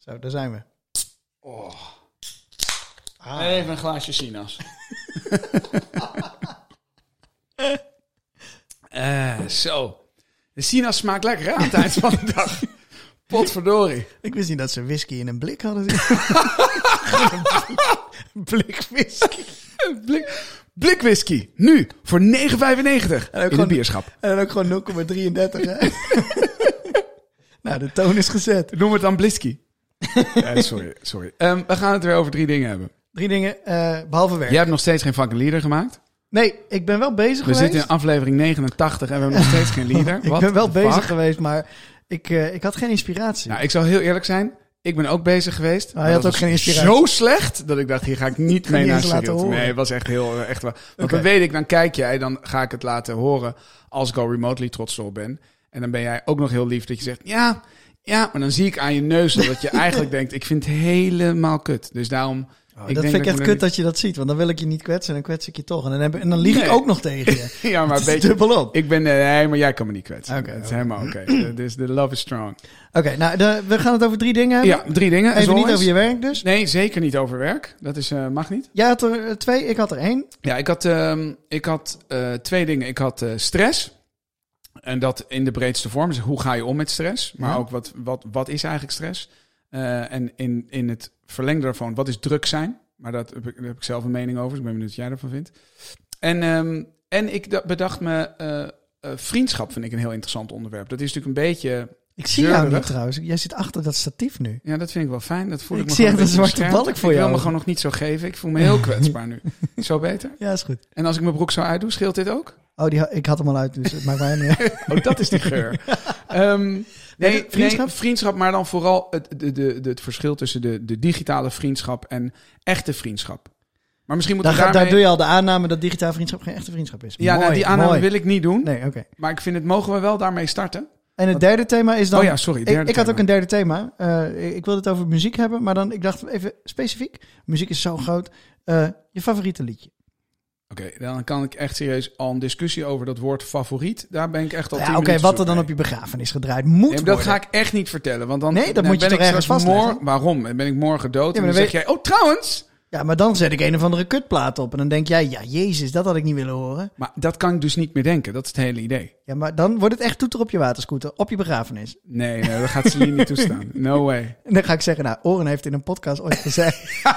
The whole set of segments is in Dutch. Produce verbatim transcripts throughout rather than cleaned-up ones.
Zo, daar zijn we. Oh. Ah. Even een glaasje sinaas. uh, zo. De sinaas smaakt lekker hè, aan het eind van de dag. Potverdorie. Ik wist niet dat ze whisky in een blik hadden. Blik whisky. Blik, blik whisky. Nu voor negen vijfennegentig in gewoon, de bierschap. En dan ook gewoon nul komma drieëndertig. Hè? Nou, de toon is gezet. Noem het dan blisky. uh, sorry, sorry. Um, we gaan het weer over drie dingen hebben. Drie dingen, uh, behalve werk. Jij hebt nog steeds geen fucking leader gemaakt. Nee, ik ben wel bezig we geweest. We zitten in aflevering negenentachtig en we hebben nog steeds geen leader. ik What ben wel bezig fuck? geweest, maar ik, uh, ik had geen inspiratie. Nou, ik zal heel eerlijk zijn. Ik ben ook bezig geweest. Maar je had ook geen inspiratie. Zo slecht dat ik dacht, hier ga ik niet mee naar Cyril. Nee, het was echt heel echt wel. Want Okay. dan weet ik, dan kijk jij, dan ga ik het laten horen als ik al remotely trots op ben. En dan ben jij ook nog heel lief dat je zegt, ja, ja, maar dan zie ik aan je neus dat je eigenlijk denkt, ik vind het helemaal kut. Dus daarom... Oh, ik dat denk vind ik echt dat kut niet... dat je dat ziet. Want dan wil ik je niet kwetsen en dan kwets ik je toch. En dan, heb, en dan lieg nee. ik ook nog tegen je. Ja, maar het weet is dubbel op. Ik ben... Nee, maar jij kan me niet kwetsen. Okay, het is okay. helemaal oké. Okay. Dus de love is strong. Oké, okay, nou, de, we gaan het over drie dingen hebben. Ja, drie dingen. Even niet over je werk dus. Nee, zeker niet over werk. Dat is, uh, mag niet. Jij had er uh, twee, ik had er één. Ja, ik had, uh, ik had uh, twee dingen. Ik had uh, stress. En dat in de breedste vorm. Dus hoe ga je om met stress? Maar ja. ook wat, wat, wat is eigenlijk stress? Uh, en in, in het verlengde daarvan, wat is druk zijn? Maar dat heb ik, daar heb ik zelf een mening over. Dus ik ben benieuwd wat jij ervan vindt. En, um, en ik bedacht me... Uh, uh, vriendschap vind ik een heel interessant onderwerp. Dat is natuurlijk een beetje... Ik zie jou niet trouwens. Jij zit achter dat statief nu. Ja, dat vind ik wel fijn. Dat voel ik, ik me zie echt een een zwarte balk voor ik jou. Ik wil me gewoon nog niet zo geven. Ik voel me heel kwetsbaar nu. Zo beter? Ja, is goed. En als ik mijn broek zo uitdoe, scheelt dit ook? Oh, die, ik had hem al uit, dus het maakt mij niet uit. Oh, dat is die geur. um, nee, vriendschap? Nee, vriendschap, maar dan vooral het, de, de, de, het verschil tussen de, de digitale vriendschap en echte vriendschap. Maar misschien moeten daar, we daarmee... daar doe je al de aanname dat digitale vriendschap geen echte vriendschap is. Ja, mooi, nou, die aanname mooi. wil ik niet doen. Nee, oké. Okay. Maar ik vind het, mogen we wel daarmee starten? En het derde thema is dan... Oh ja, sorry. Derde ik, ik had ook een derde thema. Uh, ik wilde het over muziek hebben, maar dan ik dacht even specifiek. Muziek is zo groot. Uh, je favoriete liedje? Oké, okay, dan kan ik echt serieus al een discussie over dat woord favoriet. Daar ben ik echt al tien ja, minuten Oké, wat er dan mee. op je begrafenis gedraaid moet nee, worden. Dat ga ik echt niet vertellen. Want dan, nee, dat dan moet je ben toch ik ergens vastleggen? Mor- waarom? Dan ben ik morgen dood ja, en dan, dan zeg weet... jij... Oh, trouwens... Ja, maar dan zet ik een of andere kutplaat op. En dan denk jij, ja, jezus, dat had ik niet willen horen. Maar dat kan ik dus niet meer denken. Dat is het hele idee. Ja, maar dan wordt het echt toeter op je waterscooter. Op je begrafenis. Nee, nee, dat gaat Celine niet toestaan. No way. En dan ga ik zeggen, nou, Oren heeft in een podcast ooit gezegd. ja.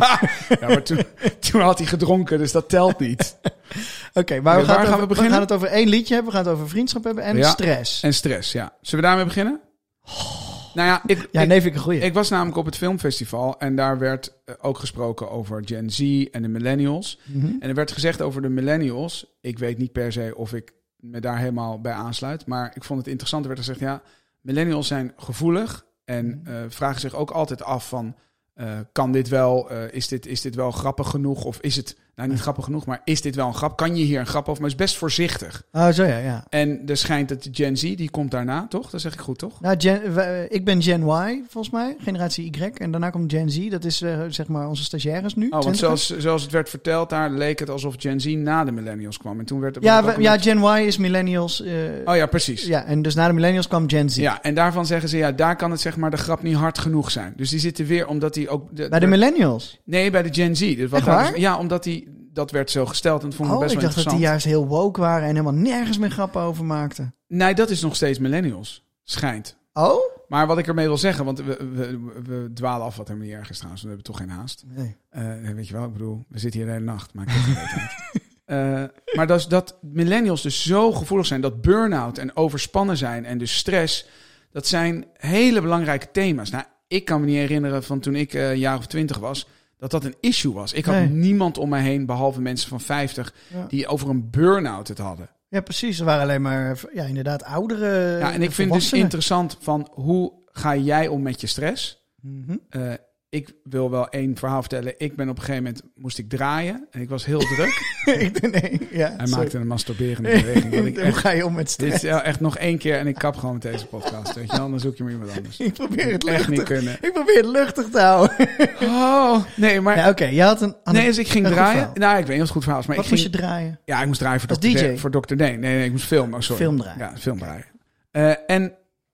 ja, maar toen, toen had hij gedronken, dus dat telt niet. Oké, okay, maar okay, we, gaan gaan over, we beginnen? we gaan het over één liedje hebben. We gaan het over vriendschap hebben en ja, stress. En stress, ja. Zullen we daarmee beginnen? Oh. Nou ja, ik, ja, ik, nee, vind ik een goeie. Ik was namelijk op het filmfestival en daar werd uh, ook gesproken over Gen Z en de millennials. Mm-hmm. En er werd gezegd over de millennials, ik weet niet per se of ik me daar helemaal bij aansluit, maar ik vond het interessant. Er werd gezegd, ja, millennials zijn gevoelig en uh, vragen zich ook altijd af van, uh, kan dit wel, uh, is, dit, is dit wel grappig genoeg of is het, nou niet grappig genoeg, maar is dit wel een grap? Kan je hier een grap over? Maar is best voorzichtig. Oh, zo ja, ja. En er schijnt dat de Gen Z, die komt daarna, toch? Dat zeg ik goed, toch? Nou, Gen, w- ik ben Gen Y, volgens mij. Generatie Y. En daarna komt Gen Z. Dat is uh, zeg maar onze stagiaires nu. Oh, want zoals, zoals het werd verteld, daar leek het alsof Gen Z na de millennials kwam. En toen werd het ja, we, ja, Gen Y is millennials. Uh, oh ja, precies. Ja, en dus na de millennials kwam Gen Z. Ja, en daarvan zeggen ze, ja, daar kan het zeg maar de grap niet hard genoeg zijn. Dus die zitten weer, omdat die ook... De, bij de millennials? Nee, bij de Gen Z. Dus wat Echt waar? Dus, ja, omdat die... Dat werd zo gesteld en dat vond ik oh, best ik wel dacht dat interessant. die juist heel woke waren en helemaal nergens meer grappen over maakten. Nee, dat is nog steeds millennials. Schijnt. Oh? Maar wat ik ermee wil zeggen, want we, we, we dwalen af wat helemaal niet erg is trouwens. We hebben toch geen haast. Nee. Uh, weet je wel, ik bedoel, we zitten hier de hele nacht. Maakt het niet uit. Uh, maar dat, is, dat millennials dus zo gevoelig zijn, dat burn-out en overspannen zijn en dus stress, dat zijn hele belangrijke thema's. Nou, ik kan me niet herinneren van toen ik uh, een jaar of twintig was, dat dat een issue was. Ik had nee. niemand om mij heen, behalve mensen van vijftig, ja. die over een burn-out het hadden. Ja, precies. Ze waren alleen maar, ja, inderdaad, oudere. Ja, en ik vind het dus interessant van, hoe ga jij om met je stress? Mm-hmm. Uh, ik wil wel één verhaal vertellen. Ik ben op een gegeven moment, moest ik draaien en ik was heel druk. nee, ja, Hij sorry. maakte een masturberende beweging. Hoe echt, ga je om met stress? Dit is echt nog één keer en ik kap gewoon met deze podcast. Weet je wel, dan zoek je maar iemand anders. Ik probeer het echt luchtig. niet kunnen. Ik probeer het luchtig te houden. Oh, nee, maar... Ja, Oké, okay. Je had een... Nee, dus ik ging draaien. Nou, ik weet niet of het goed verhaal is. Maar Wat ik moest ging, je draaien? Ja, ik moest draaien voor Als dokter D J? D. Voor dokter D. Nee, nee, ik moest filmen. Oh, sorry. Film draaien. Ja, film draaien. Uh, en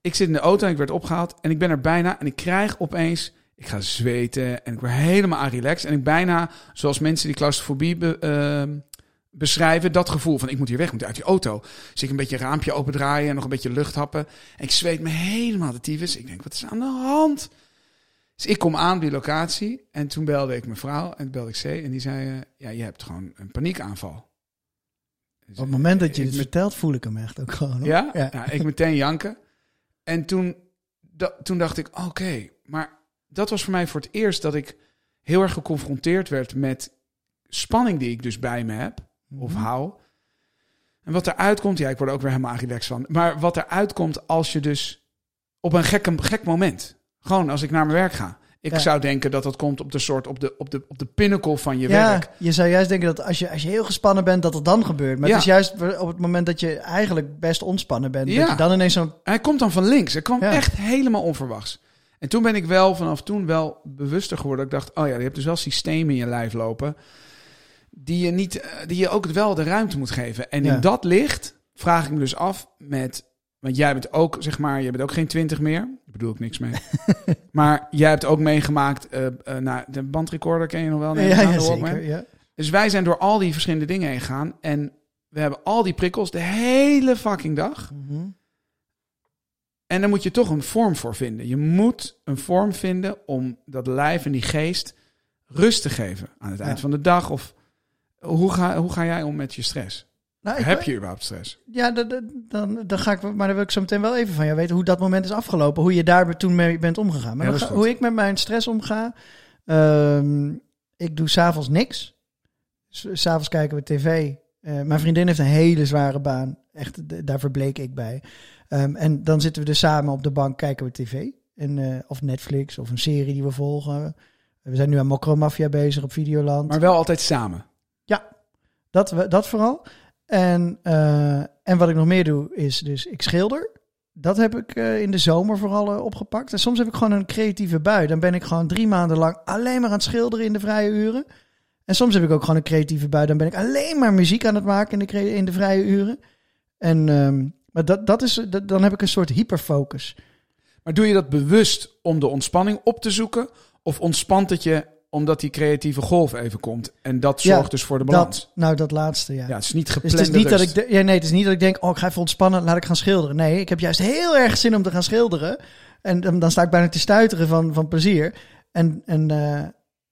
ik zit in de auto en ik werd opgehaald. En ik ben er bijna. En ik krijg opeens... Ik ga zweten en ik word helemaal aan relaxed. En ik bijna, zoals mensen die claustrofobie be, uh, beschrijven... dat gevoel van ik moet hier weg, ik moet uit die auto. Dus ik een beetje een raampje opendraaien en nog een beetje lucht happen. En ik zweet me helemaal de tyfus. Ik denk, wat is aan de hand? Dus ik kom aan op die locatie. En toen belde ik mijn vrouw en toen belde ik C. En die zei, uh, ja, je hebt gewoon een paniekaanval. Dus op het moment dat je ik, het ik, vertelt, voel ik hem echt ook gewoon. Hoor. Ja? Ja? ja, ik meteen janken. En toen, da, toen dacht ik, oké, okay, maar... Dat was voor mij voor het eerst dat ik heel erg geconfronteerd werd met spanning die ik dus bij me heb, mm-hmm. of hou. En wat eruit komt, ja, ik word er ook weer helemaal relaxed van. Maar wat eruit komt als je dus op een gek, een gek moment, gewoon als ik naar mijn werk ga. Ik ja. zou denken dat dat komt op de soort, op de, op de, op de pinnacle van je ja, werk. Je zou juist denken dat als je, als je heel gespannen bent, dat het dan gebeurt. Maar ja. het is juist op het moment dat je eigenlijk best ontspannen bent, ja. dat je dan ineens zo'n... Hij komt dan van links. Hij kwam ja. echt helemaal onverwachts. En toen ben ik wel vanaf toen wel bewuster geworden. Ik dacht, oh ja, je hebt dus wel systemen in je lijf lopen die je, niet, die je ook wel de ruimte moet geven. En ja. in dat licht vraag ik me dus af met... Want jij bent ook, zeg maar, je bent ook geen twintig meer. Daar bedoel ik niks mee. Maar jij hebt ook meegemaakt... Uh, uh, nou, de bandrecorder ken je nog wel? Nee, ja, ja zeker, ja. Dus wij zijn door al die verschillende dingen heen gegaan. En we hebben al die prikkels de hele fucking dag... Mm-hmm. En daar moet je toch een vorm voor vinden. Je moet een vorm vinden om dat lijf en die geest rust te geven aan het eind ja. van de dag. Of hoe ga, hoe ga jij om met je stress? Nou, Heb ben, je überhaupt stress? Ja, dan, dan, dan ga ik, maar dan wil ik zo meteen wel even van jou weten hoe dat moment is afgelopen. Hoe je daar toen mee bent omgegaan. Maar ja, dan ga, hoe ik met mijn stress omga. Um, ik doe 's avonds niks. 'S avonds kijken we tv. Uh, mijn vriendin heeft een hele zware baan. Echt, daar verbleek ik bij. Um, en dan zitten we dus samen op de bank, kijken we tv. En, uh, of Netflix, of een serie die we volgen. We zijn nu aan Mokromafia bezig op Videoland. Maar wel altijd samen? Ja, dat, dat vooral. En, uh, en wat ik nog meer doe, is dus ik schilder. Dat heb ik uh, in de zomer vooral uh, opgepakt. En soms heb ik gewoon een creatieve bui. Dan ben ik gewoon drie maanden lang alleen maar aan het schilderen in de vrije uren. En soms heb ik ook gewoon een creatieve bui. Dan ben ik alleen maar muziek aan het maken in de, cre- in de vrije uren. En... Um, Maar dat, dat is, dat, dan heb ik een soort hyperfocus. Maar doe je dat bewust om de ontspanning op te zoeken? Of ontspant het je omdat die creatieve golf even komt? En dat zorgt ja, dus voor de balans? Dat, nou, dat laatste, ja. Ja, het is niet geplande dus het is niet rust. dat ik de, ja, nee, het is niet dat ik denk, oh, ik ga even ontspannen, laat ik gaan schilderen. Nee, ik heb juist heel erg zin om te gaan schilderen. En dan, dan sta ik bijna te stuiteren van, van plezier. En, en, uh,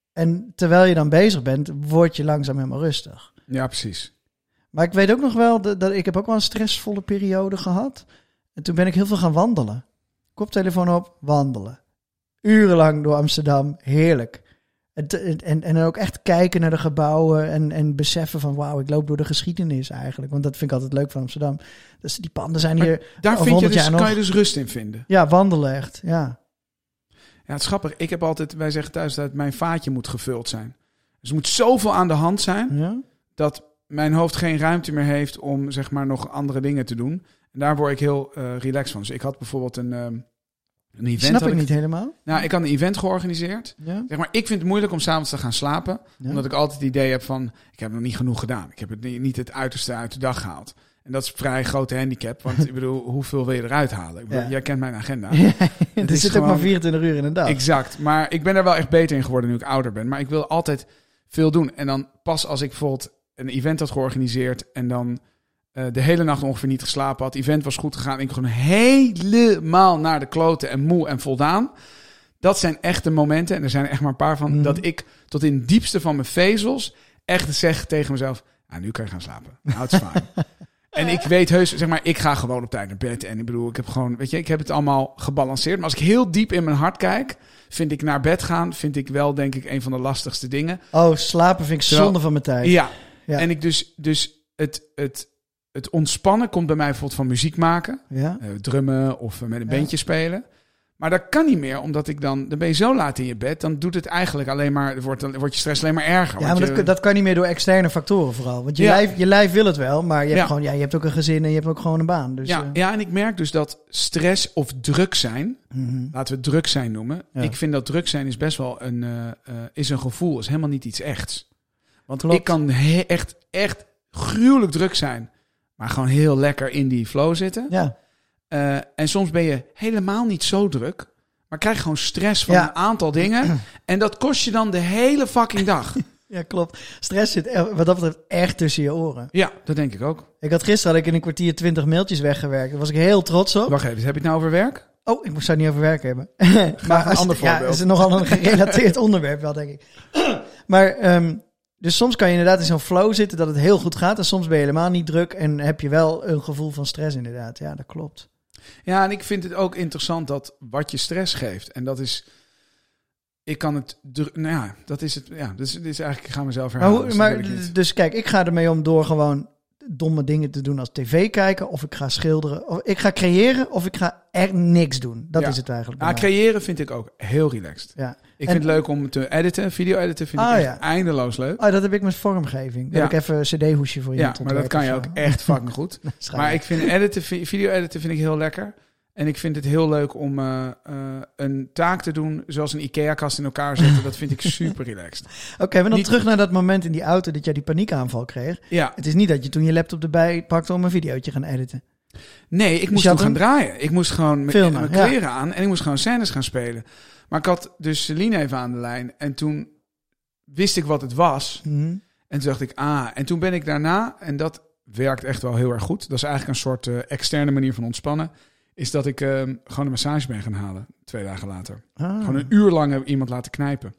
en terwijl je dan bezig bent, word je langzaam helemaal rustig. Ja, precies. Maar ik weet ook nog wel, dat, dat ik heb ook wel een stressvolle periode gehad. En toen ben ik heel veel gaan wandelen. Koptelefoon op, wandelen. Urenlang door Amsterdam, heerlijk. En, en, en ook echt kijken naar de gebouwen en, en beseffen van wauw, ik loop door de geschiedenis eigenlijk. Want dat vind ik altijd leuk van Amsterdam. Dus die panden zijn maar hier daar al vind je dus, jaar nog. Kan je dus rust in vinden? Ja, wandelen echt, ja. Ja, het is grappig. Ik heb altijd, wij zeggen thuis dat mijn vaatje moet gevuld zijn. Dus er moet zoveel aan de hand zijn, ja? dat mijn hoofd geen ruimte meer heeft om zeg maar nog andere dingen te doen. En daar word ik heel uh, relaxed van. Dus ik had bijvoorbeeld een, um, een event. Snap ik ik niet helemaal. Nou, ik had een event georganiseerd. Ja? Zeg maar, ik vind het moeilijk om 's avonds te gaan slapen. Ja? Omdat ik altijd het idee heb van, ik heb nog niet genoeg gedaan. Ik heb het niet, niet het uiterste uit de dag gehaald. En dat is een vrij grote handicap. Want ik bedoel, hoeveel wil je eruit halen? Ik bedoel, ja. Jij kent mijn agenda. Ja, er zit gewoon ook maar vierentwintig uur in een dag. Exact. Maar ik ben er wel echt beter in geworden nu ik ouder ben. Maar ik wil altijd veel doen. En dan pas als ik bijvoorbeeld een event had georganiseerd en dan uh, de hele nacht ongeveer niet geslapen had. Het event was goed gegaan. Ik gewoon helemaal naar de kloten en moe en voldaan. Dat zijn echte momenten, en er zijn er echt maar een paar van, mm. dat ik tot in het diepste van mijn vezels echt zeg tegen mezelf, ah, nu kan je gaan slapen. Nou, het is fijn. En ik weet heus, zeg maar, ik ga gewoon op tijd naar bed. En ik bedoel, ik heb gewoon, weet je, ik heb het allemaal gebalanceerd. Maar als ik heel diep in mijn hart kijk, vind ik naar bed gaan, vind ik wel, denk ik, een van de lastigste dingen. Oh, slapen vind ik Terwijl, zonde van mijn tijd. Ja. Ja. En ik dus, dus het, het, het ontspannen komt bij mij bijvoorbeeld van muziek maken. Ja. Uh, drummen of uh, met een ja. bandje spelen. Maar dat kan niet meer, omdat ik dan... Dan ben je zo laat in je bed, dan doet het eigenlijk alleen maar... Wordt, dan wordt je stress alleen maar erger. Ja, maar je, dat, dat kan niet meer door externe factoren vooral. Want je, ja. lijf, je lijf wil het wel, maar je hebt, ja. gewoon, ja, je hebt ook een gezin en je hebt ook gewoon een baan. Dus, ja, uh... ja, en ik merk dus dat stress of druk zijn... Mm-hmm. Laten we het druk zijn noemen. Ja. Ik vind dat druk zijn is best wel een, uh, uh, is een gevoel. Is helemaal niet iets echts. Want Klopt. ik kan he- echt, echt gruwelijk druk zijn. Maar gewoon heel lekker in die flow zitten. Ja. Uh, en soms ben je helemaal niet zo druk, maar krijg gewoon stress van ja. een aantal dingen. En dat kost je dan de hele fucking dag. Ja, klopt. Stress zit wat dat betreft echt tussen je oren. Ja, dat denk ik ook. Ik had gisteren had ik in een kwartier twintig mailtjes weggewerkt. Daar was ik heel trots op. Wacht even, heb je het nou over werk? Oh, ik moest het niet over werk hebben. maar een ander voorbeeld. Ja, dat is nogal een gerelateerd onderwerp wel, denk ik. Maar, um, dus soms kan je inderdaad in zo'n flow zitten dat het heel goed gaat. En soms ben je helemaal niet druk en heb je wel een gevoel van stress inderdaad. Ja, dat klopt. Ja, en ik vind het ook interessant dat wat je stress geeft. En dat is... Ik kan het... Nou ja, dat is het... Ja, dus dit is eigenlijk... Ik ga mezelf herhalen. Maar, maar, dus, dus kijk, ik ga ermee om door gewoon domme dingen te doen als tv kijken. Of ik ga schilderen. Of ik ga creëren. Of ik ga echt niks doen. Dat ja. is het eigenlijk. Ja, creëren vind ik ook heel relaxed. Ja. Ik en, vind het leuk om te editen. Video editen vind oh, ik echt ja. eindeloos leuk. Oh, dat heb ik met vormgeving. Dan ja. heb ik even een cd-hoesje voor je. Ja, maar dat kan je ook echt fucking goed. Maar ik vind editen, video editen vind ik heel lekker. En ik vind het heel leuk om uh, uh, een taak te doen zoals een IKEA-kast in elkaar zetten. Dat vind ik super relaxed. Oké, okay, maar dan Niet... terug naar dat moment in die auto dat jij die paniekaanval kreeg. Ja. Het is niet dat je toen je laptop erbij pakte om een videootje gaan editen. Nee, ik dus moest toen gaan draaien. Ik moest gewoon mijn kleren ja. aan en ik moest gewoon scènes gaan spelen. Maar ik had dus Celine even aan de lijn en toen wist ik wat het was. Mm-hmm. En toen dacht ik, ah, en toen ben ik daarna, en dat werkt echt wel heel erg goed. Dat is eigenlijk een soort uh, externe manier van ontspannen. Is dat ik uh, gewoon een massage ben gaan halen, twee dagen later. Ah. Gewoon een uur lang iemand laten knijpen.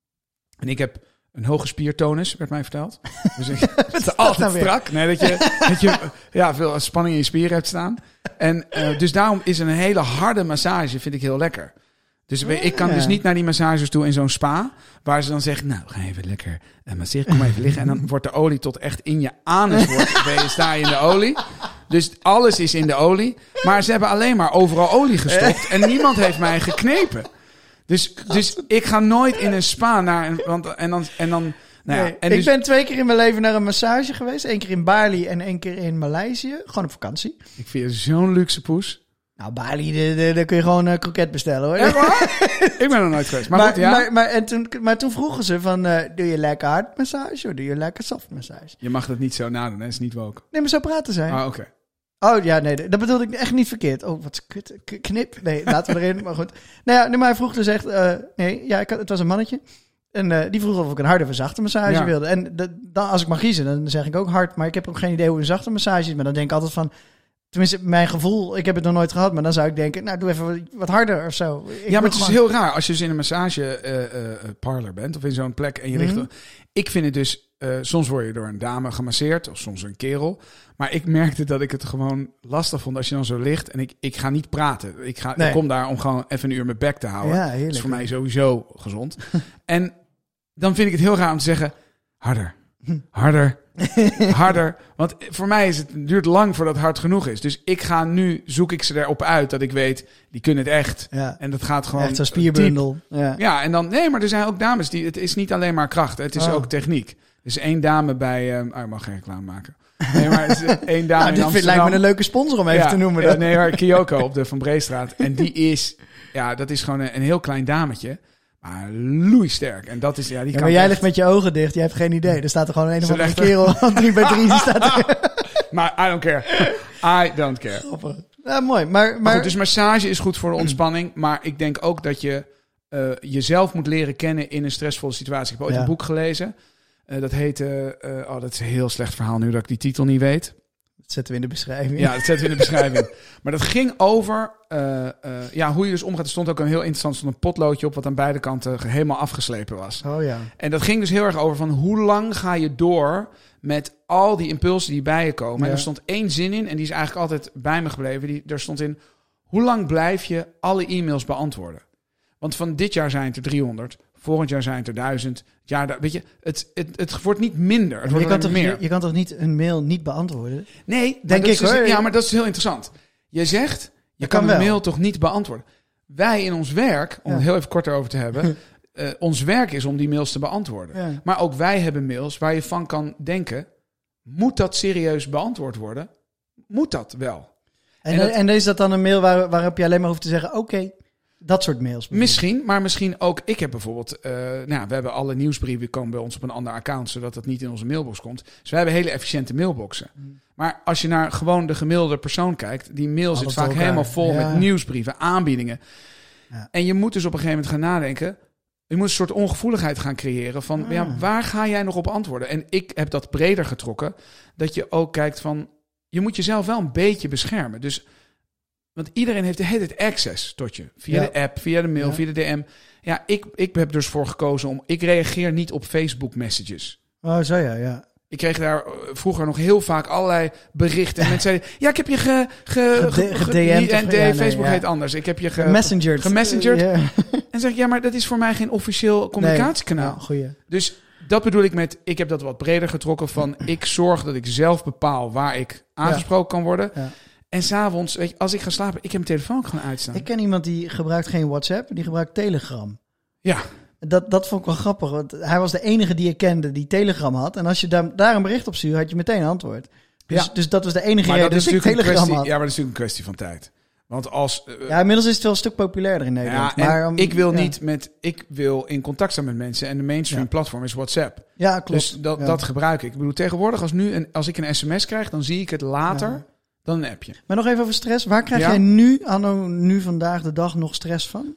En ik heb een hoge spiertonus, werd mij verteld. Dus ik het altijd nou strak. Nee, dat je, dat je ja, veel spanning in je spieren hebt staan. En uh, dus daarom is een hele harde massage, vind ik heel lekker. Dus oh, ik kan ja. dus niet naar die massages toe in zo'n spa, waar ze dan zeggen, nou, ga even lekker uh, masseren, kom even liggen. En dan wordt de olie tot echt in je anus, wordt, ben je, sta je in de olie. Dus alles is in de olie. Maar ze hebben alleen maar overal olie gestopt. En niemand heeft mij geknepen. Dus, dus ik ga nooit in een spa naar... Een, want, en dan... En dan nou ja, nee, en ik dus, ben twee keer in mijn leven naar een massage geweest. Eén keer in Bali en één keer in Maleisië. Gewoon op vakantie. Ik vind je zo'n luxe poes. Nou, Bali, daar kun je gewoon een kroket bestellen, hoor. Echt waar? Ik ben er nooit geweest. Maar, maar, goed, ja. maar, maar, en toen, maar toen vroegen ze van... Uh, doe je lekker hard massage of doe je lekker soft massage? Je mag dat niet zo nadoen, hè? Dat is niet woke. Nee, maar zo praten zij. Ah, oké. Okay. Oh ja, nee, dat bedoelde ik echt niet verkeerd. Oh, wat kut, knip. Nee, laten we erin, maar goed. Nou ja, nee, maar hij vroeg dus echt... Uh, nee, ja, ik had, het was een mannetje. En uh, die vroeg of ik een harde of zachte massage ja. wilde. En de, dan, als ik mag kiezen, dan zeg ik ook hard. Maar ik heb ook geen idee hoe een zachte massage is. Maar dan denk ik altijd van... Tenminste, mijn gevoel, ik heb het nog nooit gehad. Maar dan zou ik denken, nou, doe even wat, wat harder of zo. Ik ja, maar het is heel raar. Als je dus in een massage uh, uh, parlor bent... of in zo'n plek en je ligt... Mm-hmm. Ik vind het dus... Uh, soms word je door een dame gemasseerd of soms een kerel. Maar ik merkte dat ik het gewoon lastig vond als je dan zo ligt. En ik, ik ga niet praten. Ik, ga, nee. ik kom daar om gewoon even een uur mijn bek te houden. Ja, dat is voor mij sowieso gezond. En dan vind ik het heel raar om te zeggen... harder, harder, harder. Want voor mij is het, het duurt lang voordat het hard genoeg is. Dus ik ga nu, zoek ik ze erop uit dat ik weet... die kunnen het echt. Ja. En dat gaat gewoon... Echt zo'n spierbundel. Ja. ja, en dan... Nee, maar er zijn ook dames die... Het is niet alleen maar kracht. Het is oh. ook techniek. Er is één dame bij... Um, oh, ik mag geen reclame maken. Nee, maar het is één dame nou, in dit lijkt me een leuke sponsor om even ja, te noemen. Ja, nee, maar Kyoko op de Van Breestraat. En die is... Ja, dat is gewoon een, een heel klein dametje. Maar loeisterk. En dat is... Ja, die ja, kan maar jij echt... ligt met je ogen dicht. Je hebt geen idee. Er staat er gewoon een of andere kerel van drie bij drie. Staat er. Maar I don't care. I don't care. Grappig. Ja, mooi. Maar, maar... maar goed, dus massage is goed voor de ontspanning. Maar ik denk ook dat je uh, jezelf moet leren kennen in een stressvolle situatie. Ik heb ooit ja. een boek gelezen. Uh, dat heette... Uh, oh, dat is een heel slecht verhaal nu dat ik die titel niet weet. Dat zetten we in de beschrijving. Ja, dat zetten we in de beschrijving. Maar dat ging over uh, uh, ja, hoe je dus omgaat. Er stond ook een heel interessant stond een potloodje op... wat aan beide kanten helemaal afgeslepen was. Oh ja. En dat ging dus heel erg over van... hoe lang ga je door met al die impulsen die bij je komen. Ja. En er stond één zin in... en die is eigenlijk altijd bij me gebleven. Die, er stond in... hoe lang blijf je alle e-mails beantwoorden? Want van dit jaar zijn het er driehonderd... Volgend jaar zijn het er duizend. Ja, weet je, het, het, het wordt niet minder. Het wordt je, kan toch, meer. Je, je kan toch niet een mail niet beantwoorden? Nee, denk ik dus, hoor. Ja, maar dat is heel interessant. Je zegt, je dat kan, kan een mail toch niet beantwoorden. Wij in ons werk, om ja. het heel even kort erover te hebben... uh, ons werk is om die mails te beantwoorden. Ja. Maar ook wij hebben mails waar je van kan denken... moet dat serieus beantwoord worden? Moet dat wel? En, en, dat, en is dat dan een mail waar, waarop je alleen maar hoeft te zeggen... oké. Okay. Dat soort mails. Misschien, maar misschien ook... Ik heb bijvoorbeeld... Uh, nou, we hebben alle nieuwsbrieven komen bij ons op een ander account, zodat dat niet in onze mailbox komt. Dus we hebben hele efficiënte mailboxen. Hmm. Maar als je naar gewoon de gemiddelde persoon kijkt, die mail zit vaak helemaal vol ja. met nieuwsbrieven, aanbiedingen. Ja. En je moet dus op een gegeven moment gaan nadenken. Je moet een soort ongevoeligheid gaan creëren van, ah. ja, waar ga jij nog op antwoorden? En ik heb dat breder getrokken, dat je ook kijkt van, je moet jezelf wel een beetje beschermen. Dus, want iedereen heeft de hele tijd access tot je. Via ja. de app, via de mail, ja. via de D M. Ja, ik, ik heb dus voor gekozen om, ik reageer niet op Facebook messages. Oh, zo ja, ja. Ik kreeg daar vroeger nog heel vaak allerlei berichten. En mensen zeiden, ja, ik heb je ge... ge, ge, ge, ge en de, ja, Facebook nee, ja. heet anders. Ik heb je ge, Gemessengerd. Gemessengerd. Uh, yeah. En zeg ik, ja, maar dat is voor mij geen officieel communicatiekanaal. Nee, ja, goeie. Dus dat bedoel ik met, ik heb dat wat breder getrokken van, ik zorg dat ik zelf bepaal waar ik aangesproken ja. kan worden. Ja. En s'avonds, weet je, als ik ga slapen, ik heb mijn telefoon gewoon uitstaan. Ik ken iemand die gebruikt geen WhatsApp, die gebruikt Telegram. Ja. Dat, dat vond ik wel grappig, want hij was de enige die ik kende die Telegram had. En als je daar, daar een bericht op stuurde, had je meteen een antwoord. Dus, ja. dus dat was de enige maar reden dat, dat ik Telegram kwestie, had. Ja, maar dat is natuurlijk een kwestie van tijd. Want als... Uh, ja, inmiddels is het wel een stuk populairder in Nederland. Ja, maar, um, ik wil ja. niet met... Ik wil in contact staan met mensen. En de mainstream ja. platform is WhatsApp. Ja, klopt. Dus dat, ja. dat gebruik ik. Ik bedoel, tegenwoordig als, nu een, als ik een sms krijg, dan zie ik het later ja. dan een appje. Maar nog even over stress. Waar krijg ja? jij nu, anno nu vandaag de dag, nog stress van?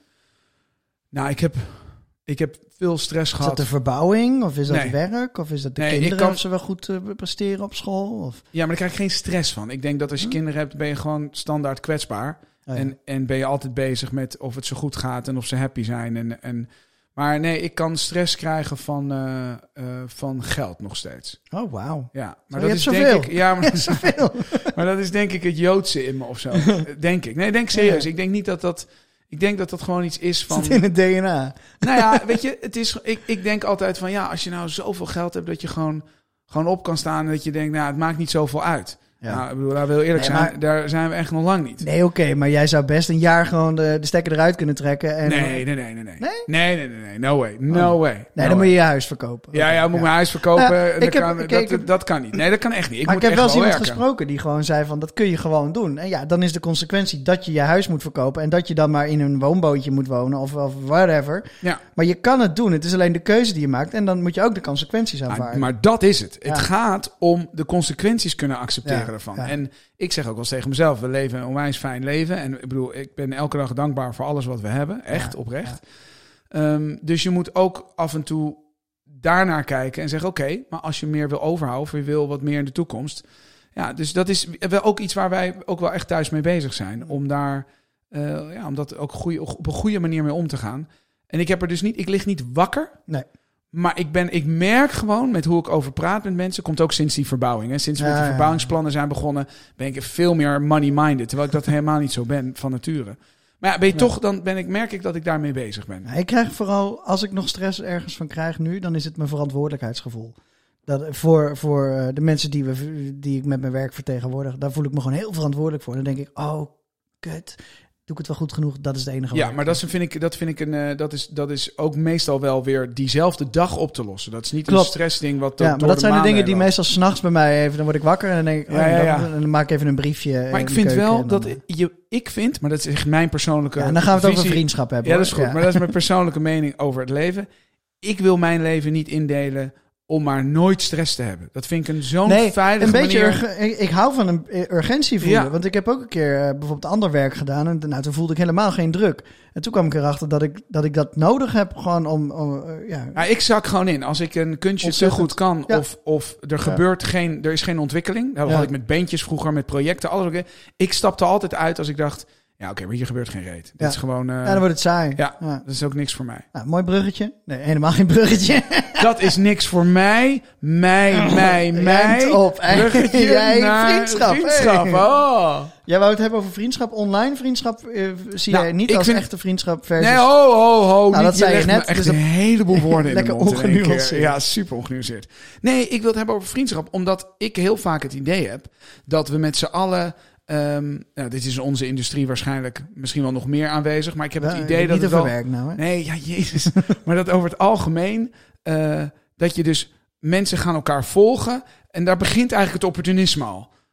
Nou, ik heb... Ik heb veel stress gehad. Is dat de verbouwing? Of is dat nee. werk? Of is dat de nee, kinderen? Kan... Of ze wel goed uh, presteren op school? Of? Ja, maar daar krijg ik geen stress van. Ik denk dat als je hm? kinderen hebt, ben je gewoon standaard kwetsbaar. Oh, ja. en, en ben je altijd bezig met of het zo goed gaat en of ze happy zijn. En, en, maar nee, ik kan stress krijgen van, uh, uh, van geld nog steeds. Oh, wauw. Ja, maar zo, dat is zoveel. denk ik... Ja, maar, zoveel. Maar dat is denk ik het Joodse in me of zo. Denk ik. Nee, denk serieus. Ja. Ik denk niet dat dat... Ik denk dat dat gewoon iets is van... Zit in het D N A. Nou ja, weet je, het is, ik, ik denk altijd van... Ja, als je nou zoveel geld hebt dat je gewoon, gewoon op kan staan... en dat je denkt, nou, het maakt niet zoveel uit. Ja. Nou, ik bedoel, daar wil eerlijk nee, zijn, maar, daar zijn we echt nog lang niet. Nee, oké, okay, maar jij zou best een jaar gewoon de, de stekker eruit kunnen trekken. En... Nee, nee, nee, nee, nee. Nee? Nee, nee, nee, nee. No way. No oh. way. Nee, no dan way. moet je je huis verkopen. Ja, ja, moet ja. mijn huis verkopen. Nou, en ik heb, kan, okay, dat, heb, dat kan niet. Nee, dat kan echt niet. Ik maar moet ik heb echt wel eens iemand werken. gesproken die gewoon zei van, dat kun je gewoon doen. En ja, dan is de consequentie dat je je huis moet verkopen... en dat je dan maar in een woonbootje moet wonen of, of whatever. Ja. Maar je kan het doen. Het is alleen de keuze die je maakt. En dan moet je ook de consequenties aanvaarden. Maar, maar dat is het. Ja. Het gaat om de consequenties kunnen accepteren ja. ervan. Ja. En ik zeg ook wel eens tegen mezelf, we leven een onwijs fijn leven. En ik bedoel, ik ben elke dag dankbaar voor alles wat we hebben. Echt, ja. oprecht. Ja. Um, dus je moet ook af en toe daarnaar kijken en zeggen, oké, okay, maar als je meer wil overhouden of je wil wat meer in de toekomst. Ja, dus dat is wel ook iets waar wij ook wel echt thuis mee bezig zijn. Om daar, uh, ja, om dat ook goeie, op een goede manier mee om te gaan. En ik heb er dus niet, ik lig niet wakker. Nee. Maar ik, ben, ik merk gewoon met hoe ik over praat met mensen... komt ook sinds die verbouwing. Hè. Sinds we ja, met die ja, verbouwingsplannen zijn begonnen... ben ik veel meer money-minded. Terwijl ik dat helemaal niet zo ben van nature. Maar ja, ben je ja. toch, dan ben ik, merk ik dat ik daarmee bezig ben. Ja, ik krijg vooral, als ik nog stress ergens van krijg nu... dan is het mijn verantwoordelijkheidsgevoel. Dat voor, voor de mensen die, we, die ik met mijn werk vertegenwoordig... daar voel ik me gewoon heel verantwoordelijk voor. Dan denk ik, oh, kut... Doe ik het wel goed genoeg? Dat is de enige. Ja, maar dat vind ik, dat vind ik een, uh, dat is, dat is ook meestal wel weer diezelfde dag op te lossen. Dat is niet Klopt. een stressding wat. Ja, maar dat zijn de dingen die meestal 's nachts bij mij even. Dan word ik wakker en dan denk ik, ja, oh, ja, ja. Dan, dan maak ik even een briefje. Maar ik vind wel dat je, ik vind, maar dat is echt mijn persoonlijke. Ja, en dan gaan we het visie. over vriendschap hebben. Ja, dat is goed. Ja. Maar dat is mijn persoonlijke mening over het leven. Ik wil mijn leven niet indelen om maar nooit stress te hebben. Dat vind ik een zo'n nee, veilige een beetje manier. Urge- ik, ik hou van een urgentie voelen. Ja. Want ik heb ook een keer uh, bijvoorbeeld ander werk gedaan. En nou, toen voelde ik helemaal geen druk. En toen kwam ik erachter dat ik dat, ik dat nodig heb. Gewoon om... om uh, ja. Ja, ik zak gewoon in. Als ik een kunstje te goed kan. Ja. Of, of er gebeurt ja. geen... Er is geen ontwikkeling. Dat ja. had ik met bandjes vroeger. Met projecten. Alles oké. Ik stapte altijd uit als ik dacht... Ja, oké, okay, maar hier gebeurt geen reet. Ja. Dit is gewoon... Uh, ja, dan wordt het saai. Ja, ja, dat is ook niks voor mij. Nou, mooi bruggetje. Nee, helemaal geen bruggetje. Dat is niks voor mij. Mij, mij, mij. op. Bruggetje Jij, naar vriendschap. vriendschap. Hey. Oh. Jij wou het hebben over vriendschap. Online vriendschap uh, zie nou, jij niet als vind... echte vriendschap versus... Nee, ho, ho, ho. Nou, dat zei je net. Echt dus een heleboel woorden in lekker de mond. ongenuanceerd. Ja, super ongenuanceerd. Nee, ik wil het hebben over vriendschap. Omdat ik heel vaak het idee heb dat we met z'n allen... Um, nou, dit is in onze industrie waarschijnlijk misschien wel nog meer aanwezig. Maar ik heb het ja, idee dat niet het over wel... werk nou, hè? Nee, ja, jezus. Maar dat over het algemeen... Uh, dat je dus... Mensen gaan elkaar volgen. En daar begint eigenlijk het opportunisme al.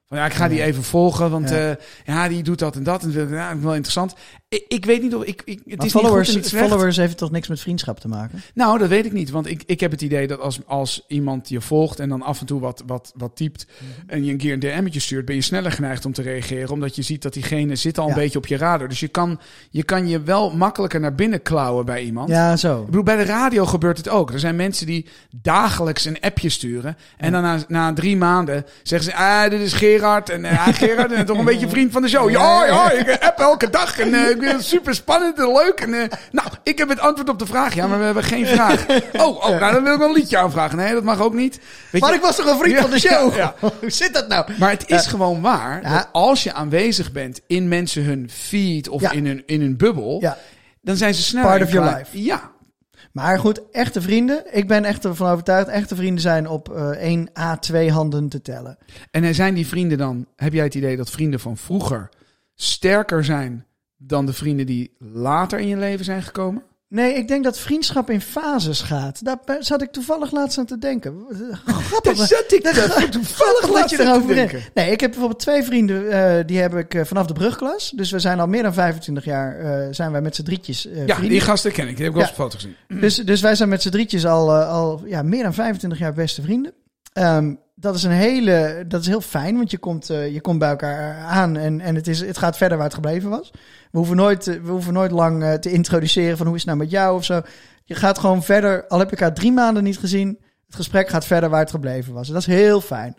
Van ja, ik ga die even volgen, want ja, uh, ja die doet dat en dat. En ja, dat is wel interessant. Ik, ik weet niet of ik. ik het maar is followers, niet goed en niet followers heeft toch niks met vriendschap te maken? Nou, dat weet ik niet. Want ik, ik heb het idee dat als, als iemand je volgt en dan af en toe wat, wat, wat typt mm-hmm. en je een keer een D M'tje stuurt, ben je sneller geneigd om te reageren. Omdat je ziet dat diegene zit al een ja. beetje op je radar. Dus je kan, je kan je wel makkelijker naar binnen klauwen bij iemand. Ja, zo. Ik bedoel, bij de radio gebeurt het ook. Er zijn mensen die dagelijks een appje sturen. En ja. dan na, na drie maanden zeggen ze, ah, dit is Gerard. En uh, Gerard, en toch een beetje vriend van de show. Ja, ja, ik app elke dag. En uh, ik vind het super spannend en leuk. En, uh, nou, ik heb het antwoord op de vraag. Ja, maar we hebben geen vraag. Oh, oh nou, dan wil ik wel een liedje aanvragen. Nee, dat mag ook niet. Weet maar je? ik was toch een vriend ja, van de show? Ja, ja. Hoe zit dat nou? Maar het is uh, gewoon waar. Ja. Dat als je aanwezig bent in mensen hun feed of ja. in, hun, in hun bubbel. Ja. Dan zijn ze sneller. Part of your life. Ja. Maar goed, echte vrienden. Ik ben echt ervan overtuigd. Echte vrienden zijn op uh, één à twee handen te tellen. En zijn die vrienden dan... Heb jij het idee dat vrienden van vroeger sterker zijn dan de vrienden die later in je leven zijn gekomen? Nee, ik denk dat vriendschap in fases gaat. Daar zat ik toevallig laatst aan te denken. Grappig. Daar zat ik daar toevallig laatst aan te denken. Nee, ik heb bijvoorbeeld twee vrienden, uh, die heb ik uh, vanaf de brugklas. Dus we zijn al meer dan vijfentwintig jaar, uh, zijn wij met z'n drietjes uh, Ja, vrienden. Die gasten ken ik, die heb ik ja. op de foto gezien. Dus, dus wij zijn met z'n drietjes al, uh, al ja, meer dan vijfentwintig jaar beste vrienden. Um, dat is een hele, dat is heel fijn, want je komt, uh, je komt bij elkaar aan en, en het, is, het gaat verder waar het gebleven was. We hoeven nooit, we hoeven nooit lang uh, te introduceren van hoe is het nou met jou of zo. Je gaat gewoon verder, al heb je elkaar drie maanden niet gezien, het gesprek gaat verder waar het gebleven was. En dat is heel fijn.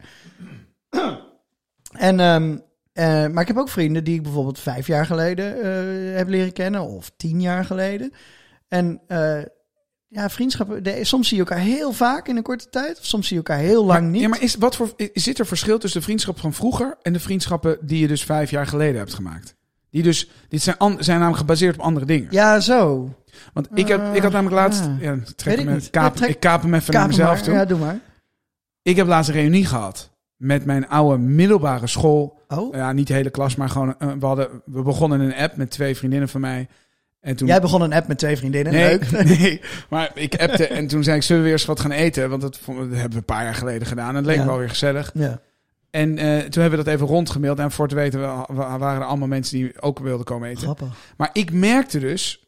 En, um, uh, maar ik heb ook vrienden die ik bijvoorbeeld vijf jaar geleden uh, heb leren kennen of tien jaar geleden. En uh, ja, vriendschappen, de, soms zie je elkaar heel vaak in een korte tijd. Of soms zie je elkaar heel lang maar, niet. Ja, maar is, wat voor, zit er verschil tussen de vriendschap van vroeger en de vriendschappen die je dus vijf jaar geleden hebt gemaakt? Die dus, dit zijn, an, zijn namelijk gebaseerd op andere dingen. Ja, zo. Want ik, heb, ik had namelijk laatst... Uh, ja, trek ik, hem, kaap, ja, trek, ik kaap hem even kaap naar mezelf maar. toe. Ja, doe maar. Ik heb laatst een reunie gehad met mijn oude middelbare school. Oh? Ja, niet de hele klas, maar gewoon... Uh, we, hadden, we begonnen een app met twee vriendinnen van mij. En toen... Jij begon een app met twee vriendinnen, nee, leuk. Nee, maar ik appte en toen zei ik, zullen we weer eens wat gaan eten? Want dat, dat hebben we een paar jaar geleden gedaan. En het leek ja. wel weer gezellig. Ja. En uh, toen hebben we dat even rondgemaild. En voor te weten waren er allemaal mensen die ook wilden komen eten. Grappig. Maar ik merkte dus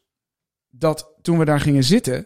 dat toen we daar gingen zitten...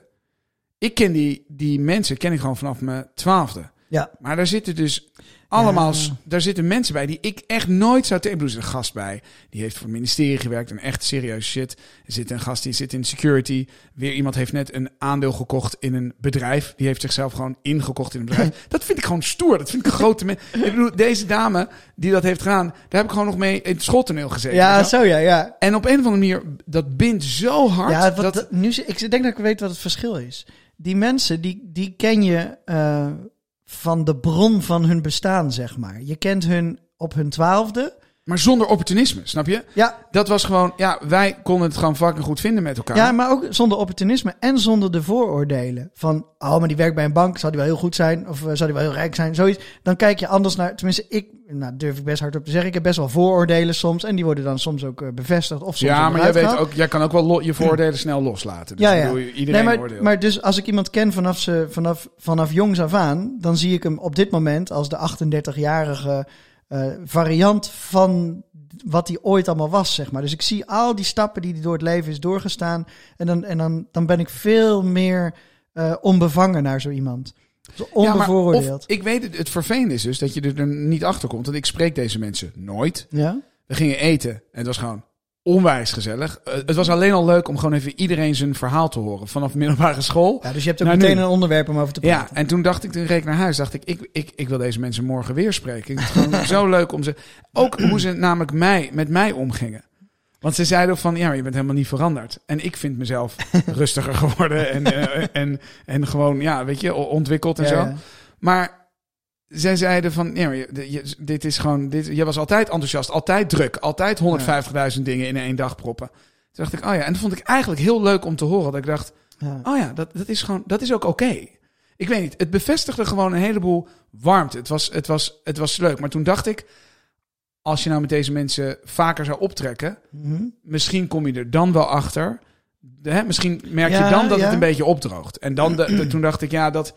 Ik ken die, die mensen ken ik gewoon vanaf mijn twaalfde. Ja. Maar daar zitten dus allemaal... Ja. Daar zitten mensen bij die ik echt nooit zou... Te- ik bedoel, er is een gast bij. Die heeft voor het ministerie gewerkt. En echt serieus shit. Er zit een gast die zit in security. Weer iemand heeft net een aandeel gekocht in een bedrijf. Die heeft zichzelf gewoon ingekocht in een bedrijf. Dat vind ik gewoon stoer. Dat vind ik een grote... Me- ik bedoel, deze dame die dat heeft gedaan... Daar heb ik gewoon nog mee in het schooltoneel gezeten. Ja, zo ja, ja. En op een of andere manier... Dat bindt zo hard. Ja, wat, dat... dat, nu, ik denk dat ik weet wat het verschil is. Die mensen, die, die ken je uh, van de bron van hun bestaan, zeg maar. Je kent hun op hun twaalfde. Maar zonder opportunisme, snap je? Ja. Dat was gewoon, ja, wij konden het gewoon fucking goed vinden met elkaar. Ja, maar ook zonder opportunisme en zonder de vooroordelen. Van, oh, maar die werkt bij een bank, zou die wel heel goed zijn? Of uh, zou die wel heel rijk zijn? Zoiets. Dan kijk je anders naar, tenminste, ik, nou, durf ik best hardop te zeggen. Ik heb best wel vooroordelen soms. En die worden dan soms ook uh, bevestigd of soms ja, maar jij weet gehaald. ook, jij kan ook wel lo- je vooroordelen snel loslaten. Dus ja, ja. Bedoel, iedereen nee, maar, oordeelt. maar dus als ik iemand ken vanaf, ze, vanaf, vanaf jongs af aan, dan zie ik hem op dit moment als de achtendertigjarige uh, variant van wat hij ooit allemaal was, zeg maar. Dus ik zie al die stappen die hij door het leven is doorgestaan. En dan, en dan, dan ben ik veel meer uh, onbevangen naar zo iemand. Zo onbevooroordeeld. Ja, maar of, ik weet het, het vervelende is dus dat je er niet achter komt. Want ik spreek deze mensen nooit. Ja? We gingen eten en het was gewoon onwijs gezellig. Uh, het was alleen al leuk om gewoon even iedereen zijn verhaal te horen. Vanaf middelbare school. Ja, dus je hebt ook meteen nu een onderwerp om over te praten. Ja, en toen dacht ik, toen reed ik naar huis, dacht ik, ik, ik, ik wil deze mensen morgen weer spreken. Het is gewoon zo leuk om ze... Ook hoe ze namelijk mij, met mij omgingen. Want ze zeiden van, ja, maar je bent helemaal niet veranderd. En ik vind mezelf rustiger geworden en, uh, en, en gewoon, ja, weet je, ontwikkeld en ja, zo. Ja. Maar zij zeiden van, ja, maar je, dit is gewoon, dit, je was altijd enthousiast, altijd druk, altijd honderdvijftigduizend ja. dingen in één dag proppen. Toen dacht ik, oh ja, en dat vond ik eigenlijk heel leuk om te horen. Dat ik dacht, ja. oh ja, dat, dat is gewoon, dat is ook oké. Okay. Ik weet niet, het bevestigde gewoon een heleboel warmte. Het was, het was, het was leuk. Maar toen dacht ik, als je nou met deze mensen vaker zou optrekken, mm-hmm. misschien kom je er dan wel achter. Hè? Misschien merk je ja, dan dat ja. het een beetje opdroogt. En dan de, de, toen dacht ik, ja, dat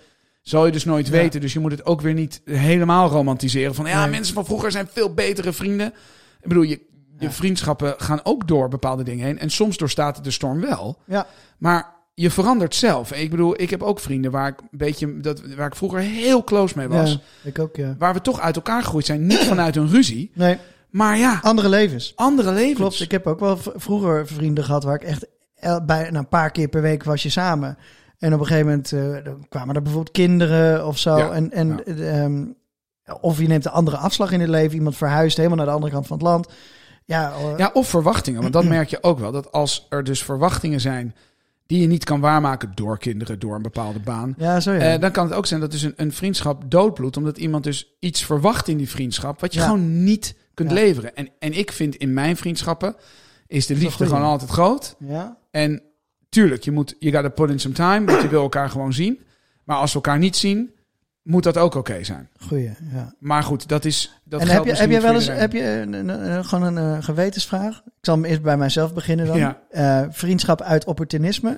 zal je dus nooit Ja. weten. Dus je moet het ook weer niet helemaal romantiseren. Van ja, Nee. mensen van vroeger zijn veel betere vrienden. Ik bedoel, je, je Ja. vriendschappen gaan ook door bepaalde dingen heen. En soms doorstaat het de storm wel. Ja. Maar je verandert zelf. Ik bedoel, ik heb ook vrienden waar ik een beetje, dat, waar ik vroeger heel close mee was. Ja, ik ook, ja. Waar we toch uit elkaar gegroeid zijn. Niet vanuit een ruzie. Nee, Maar ja, andere levens. andere levens. Klopt, ik heb ook wel v- vroeger vrienden gehad waar ik echt el- bij, nou, een paar keer per week was je samen. En op een gegeven moment uh, dan kwamen er bijvoorbeeld kinderen of zo. Ja, En, en ja. uh, um, of je neemt een andere afslag in het leven. Iemand verhuist helemaal naar de andere kant van het land. Ja, uh, Ja, of verwachtingen. Want dat merk je ook wel. Dat als er dus verwachtingen zijn die je niet kan waarmaken door kinderen, door een bepaalde baan. ja zo ja. Eh, dan kan het ook zijn dat dus een, een vriendschap doodbloedt. Omdat iemand dus iets verwacht in die vriendschap. Wat je Ja. gewoon niet kunt Ja. leveren. En, en ik vind in mijn vriendschappen is de is liefde wel goed, gewoon ja. altijd groot. ja. En tuurlijk, je moet, je gotta put in some time. Want je wil elkaar gewoon zien. Maar als we elkaar niet zien, moet dat ook oké zijn. Goeie, ja. Maar goed, dat is. Dat En heb geldt je, heb misschien je wel niet eens voor heb je een, een, een- gewoon een uh, gewetensvraag? Ik zal hem eerst bij mijzelf beginnen dan. Ja. Uh, vriendschap uit opportunisme.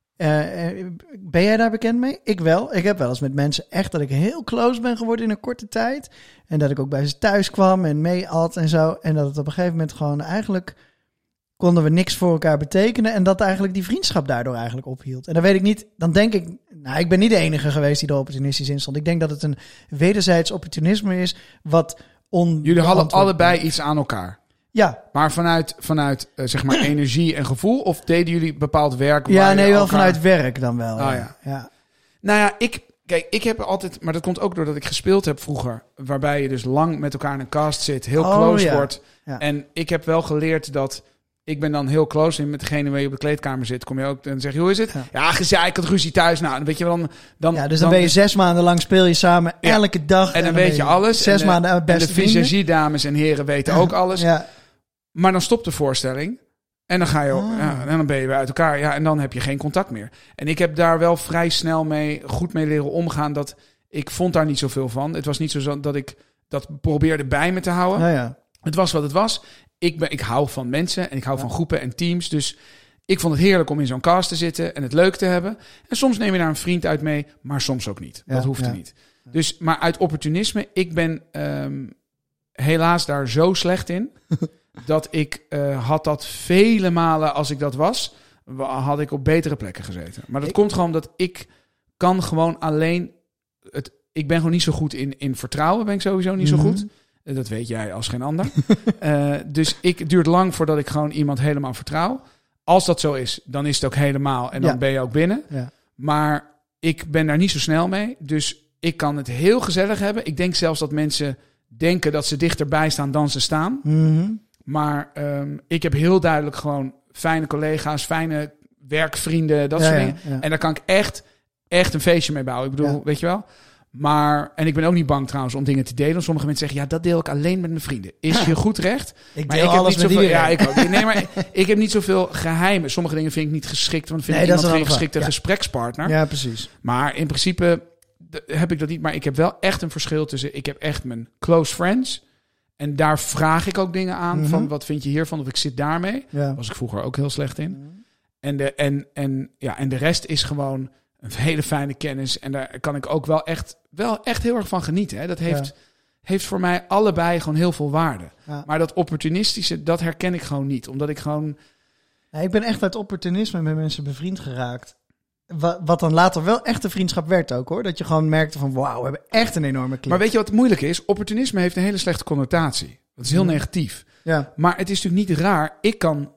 Uh, uh, ben jij daar bekend mee? Ik wel. Ik heb wel eens met mensen echt dat ik heel close ben geworden in een korte tijd. En dat ik ook bij ze thuis kwam en mee at en zo. En dat het op een gegeven moment gewoon eigenlijk konden we niks voor elkaar betekenen. En dat eigenlijk die vriendschap daardoor eigenlijk ophield. En dan weet ik niet, dan denk ik, nou, ik ben niet de enige geweest die er opportunistisch in stond. Ik denk dat het een wederzijds opportunisme is wat on. Jullie hadden allebei iets aan elkaar. Ja, Maar vanuit, vanuit uh, zeg maar energie en gevoel? Of deden jullie bepaald werk? ja waar nee, je wel elkaar... vanuit werk dan wel. Ah, ja. ja. Ja. Nou ja, ik, kijk, ik heb altijd... Maar dat komt ook doordat ik gespeeld heb vroeger. Waarbij je dus lang met elkaar in een cast zit. Heel Oh, close ja. wordt. Ja. En ik heb wel geleerd dat... Ik ben dan heel close en met degene waar je op de kleedkamer zit. Kom je ook en zeg je, hoe is het? Ja. Ja, gezeik, ik had ruzie thuis. Nou, dan weet je wel... Dan, dan, Ja, dus dan, ben je zes maanden lang speel je samen Ja. elke dag. En dan weet je alles. Zes en de, maanden en beste de vrienden. visagie-dames en heren weten ook alles. Ja. Maar dan stopt de voorstelling. En dan ga je ook, Ah. ja, en dan ben je weer uit elkaar. Ja, en dan heb je geen contact meer. En ik heb daar wel vrij snel mee, goed mee leren omgaan. Dat ik vond daar niet zoveel van. Het was niet zo dat ik dat probeerde bij me te houden. Ja, ja. Het was wat het was. Ik, ben, ik hou van mensen en ik hou Ja. van groepen en teams. Dus ik vond het heerlijk om in zo'n cast te zitten en het leuk te hebben. En soms neem je daar een vriend uit mee, maar soms ook niet. Ja, dat hoeft ja. er niet. Dus, maar uit opportunisme, ik ben um, helaas daar zo slecht in... dat ik uh, had dat vele malen als ik dat was... had ik op betere plekken gezeten. Maar dat ik... komt gewoon omdat ik kan gewoon alleen... Het, ik ben gewoon niet zo goed in, in vertrouwen, ben ik sowieso niet Mm-hmm. zo goed... Dat weet jij als geen ander. uh, dus ik, het duurt lang voordat ik gewoon iemand helemaal vertrouw. Als dat zo is, dan is het ook helemaal. En dan Ja. ben je ook binnen. Ja. Maar ik ben daar niet zo snel mee. Dus ik kan het heel gezellig hebben. Ik denk zelfs dat mensen denken dat ze dichterbij staan dan ze staan. Mm-hmm. Maar um, ik heb heel duidelijk gewoon fijne collega's, fijne werkvrienden, dat Ja, soort ja, dingen. ja. En daar kan ik echt, echt een feestje mee bouwen. Ik bedoel, Ja. weet je wel... Maar, en ik ben ook niet bang trouwens om dingen te delen. Sommige mensen zeggen, ja, dat deel ik alleen met mijn vrienden. Is je goed recht? Ik Maar deel ik heb alles niet met zoveel, iedereen. ja, ik ook. Nee, maar ik heb niet zoveel geheimen. Sommige dingen vind ik niet geschikt, want vind Nee, ik dat iemand is geen een andere geschikte vraag. Ja. gesprekspartner. Ja, precies. Maar in principe d- heb ik dat niet. Maar ik heb wel echt een verschil tussen, ik heb echt mijn close friends. En daar vraag ik ook dingen aan. Mhm. Van, wat vind je hiervan? Of ik zit daarmee. Ja. Daar was ik vroeger ook heel slecht in. En de, en, en, ja, en de rest is gewoon een hele fijne kennis. En daar kan ik ook wel echt, wel echt heel erg van genieten. Hè. Dat heeft, Ja. heeft voor mij allebei gewoon heel veel waarde. Ja. Maar dat opportunistische, dat herken ik gewoon niet. Omdat ik gewoon... Ja, ik ben echt uit opportunisme met mensen bevriend geraakt. Wat, wat dan later wel echt een vriendschap werd ook, hoor. Dat je gewoon merkte van, wauw, we hebben echt een enorme klik. Maar weet je wat moeilijk is? Opportunisme heeft een hele slechte connotatie. Dat is heel Mhm. negatief. Ja, Maar het is natuurlijk niet raar. Ik kan...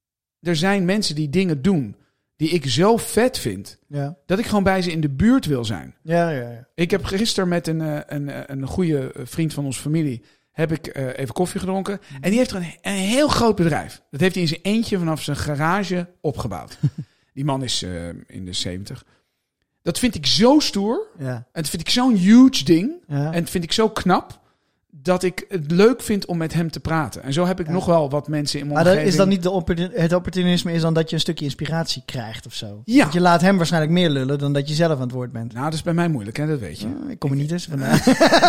Er zijn mensen die dingen doen die ik zo vet vind, ja, dat ik gewoon bij ze in de buurt wil zijn. ja, ja. ja. Ik heb gisteren met een, eh, een, eh, een goede vriend van onze familie heb ik uh, even koffie gedronken. En die heeft er een, een heel groot bedrijf. Dat heeft hij in zijn eentje vanaf zijn garage opgebouwd. Die man is uh, in de zeventig. Dat vind ik zo stoer. Ja, En dat vind ik zo'n huge ding. ja. En dat vind ik zo knap. Dat ik het leuk vind om met hem te praten. En zo heb ik Ja. nog wel wat mensen in mijn Maar dat omgeving. is dan niet de opportun- het opportunisme is dan dat je een stukje inspiratie krijgt of zo. Ja. Want je laat hem waarschijnlijk meer lullen dan dat je zelf aan het woord bent. Nou, dat is bij mij moeilijk, hè? Dat weet je. Ja, ik kom er niet eens vandaan.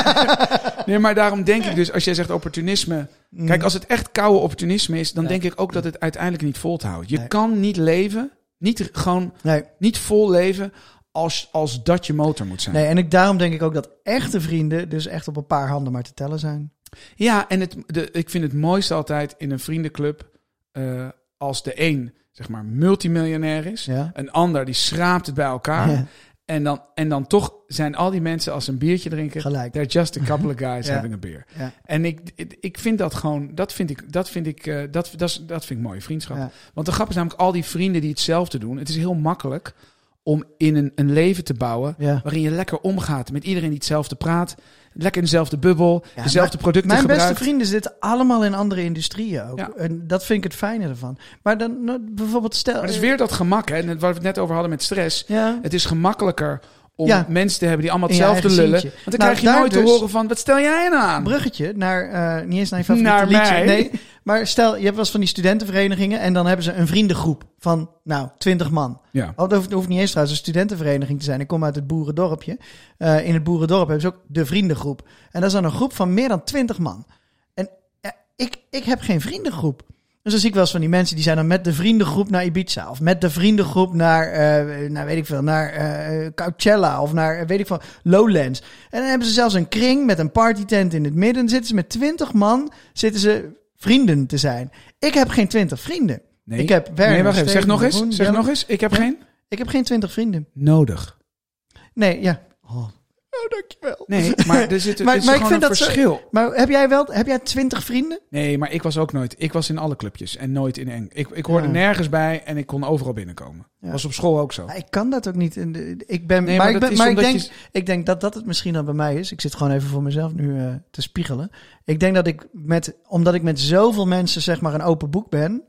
Nee, maar daarom denk ik dus, als jij zegt opportunisme... Kijk, als het echt koude opportunisme is, dan Ja. denk ik ook dat het uiteindelijk niet vol te houden. Je Nee. kan niet leven, niet gewoon Nee, niet vol leven, als, als dat je motor moet zijn. Nee, en ik, daarom denk ik ook dat echte vrienden dus echt op een paar handen maar te tellen zijn. Ja, en het, de, ik vind het mooiste altijd in een vriendenclub uh, als de een, zeg maar, multimiljonair is. Ja. Een ander, die schraapt het bij elkaar. Ja. En dan, en dan toch zijn al die mensen als een biertje drinken. Gelijk. They're just a couple of guys ja. having a beer. Ja. En ik, ik vind dat gewoon, dat vind ik, dat vind ik, uh, dat, dat, is, dat vind ik mooie vriendschap. Ja. Want de grap is namelijk al die vrienden die hetzelfde doen. Het is heel makkelijk om in een, een leven te bouwen ja. waarin je lekker omgaat met iedereen die hetzelfde praat. Lekker in dezelfde bubbel, ja, dezelfde producten mijn gebruikt. Mijn beste vrienden zitten allemaal in andere industrieën ook. Ja. En dat vind ik het fijne ervan. Maar dan nou, bijvoorbeeld stel... Maar het is weer dat gemak, hè? Waar we het net over hadden met stress. Ja. Het is gemakkelijker om ja. mensen te hebben die allemaal hetzelfde lullen. Zientje. Want dan nou, krijg je nooit dus te horen van, wat stel jij nou aan? Bruggetje naar, uh, niet eens naar je favoriete naar liedje. Mij. Nee, maar stel, je hebt wel eens van die studentenverenigingen en dan hebben ze een vriendengroep van, nou, twintig man. Ja. Oh, dat hoeft, hoeft niet eens trouwens een studentenvereniging te zijn. Ik kom uit het boerendorpje. Uh, in het boerendorp hebben ze ook de vriendengroep. En dat is dan een groep van meer dan twintig man. En ja, ik, ik heb geen vriendengroep. Dus dan zie ik wel eens van die mensen die zijn dan met de vriendengroep naar Ibiza. Of met de vriendengroep naar, uh, nou weet ik veel, naar uh, Coachella. Of naar, weet ik veel, Lowlands. En dan hebben ze zelfs een kring met een partytent in het midden. Dan zitten ze met twintig man, zitten ze vrienden te zijn. Ik heb geen twintig vrienden. Nee, ik heb Werner, nee wacht even, zeg nog eens. Groen, zeg nog eens, ik heb ja? geen... Ik heb geen twintig vrienden. Nodig. Nee, ja. Oh. Oh, dankjewel. Nee, maar er zit, maar, er is maar gewoon ik vind een dat verschil. Zo, maar heb jij wel, heb jij twintig vrienden? Nee, maar ik was ook nooit. Ik was in alle clubjes en nooit in eng. Ik, ik hoorde ja. nergens bij en ik kon overal binnenkomen. Ja. Was op school ook zo. Ja, ik kan dat ook niet. Ik ben, nee, maar, maar, ik, ben, maar ik, denk, je... ik denk dat dat het misschien dan bij mij is. Ik zit gewoon even voor mezelf nu uh, te spiegelen. Ik denk dat ik met, omdat ik met zoveel mensen zeg maar een open boek ben,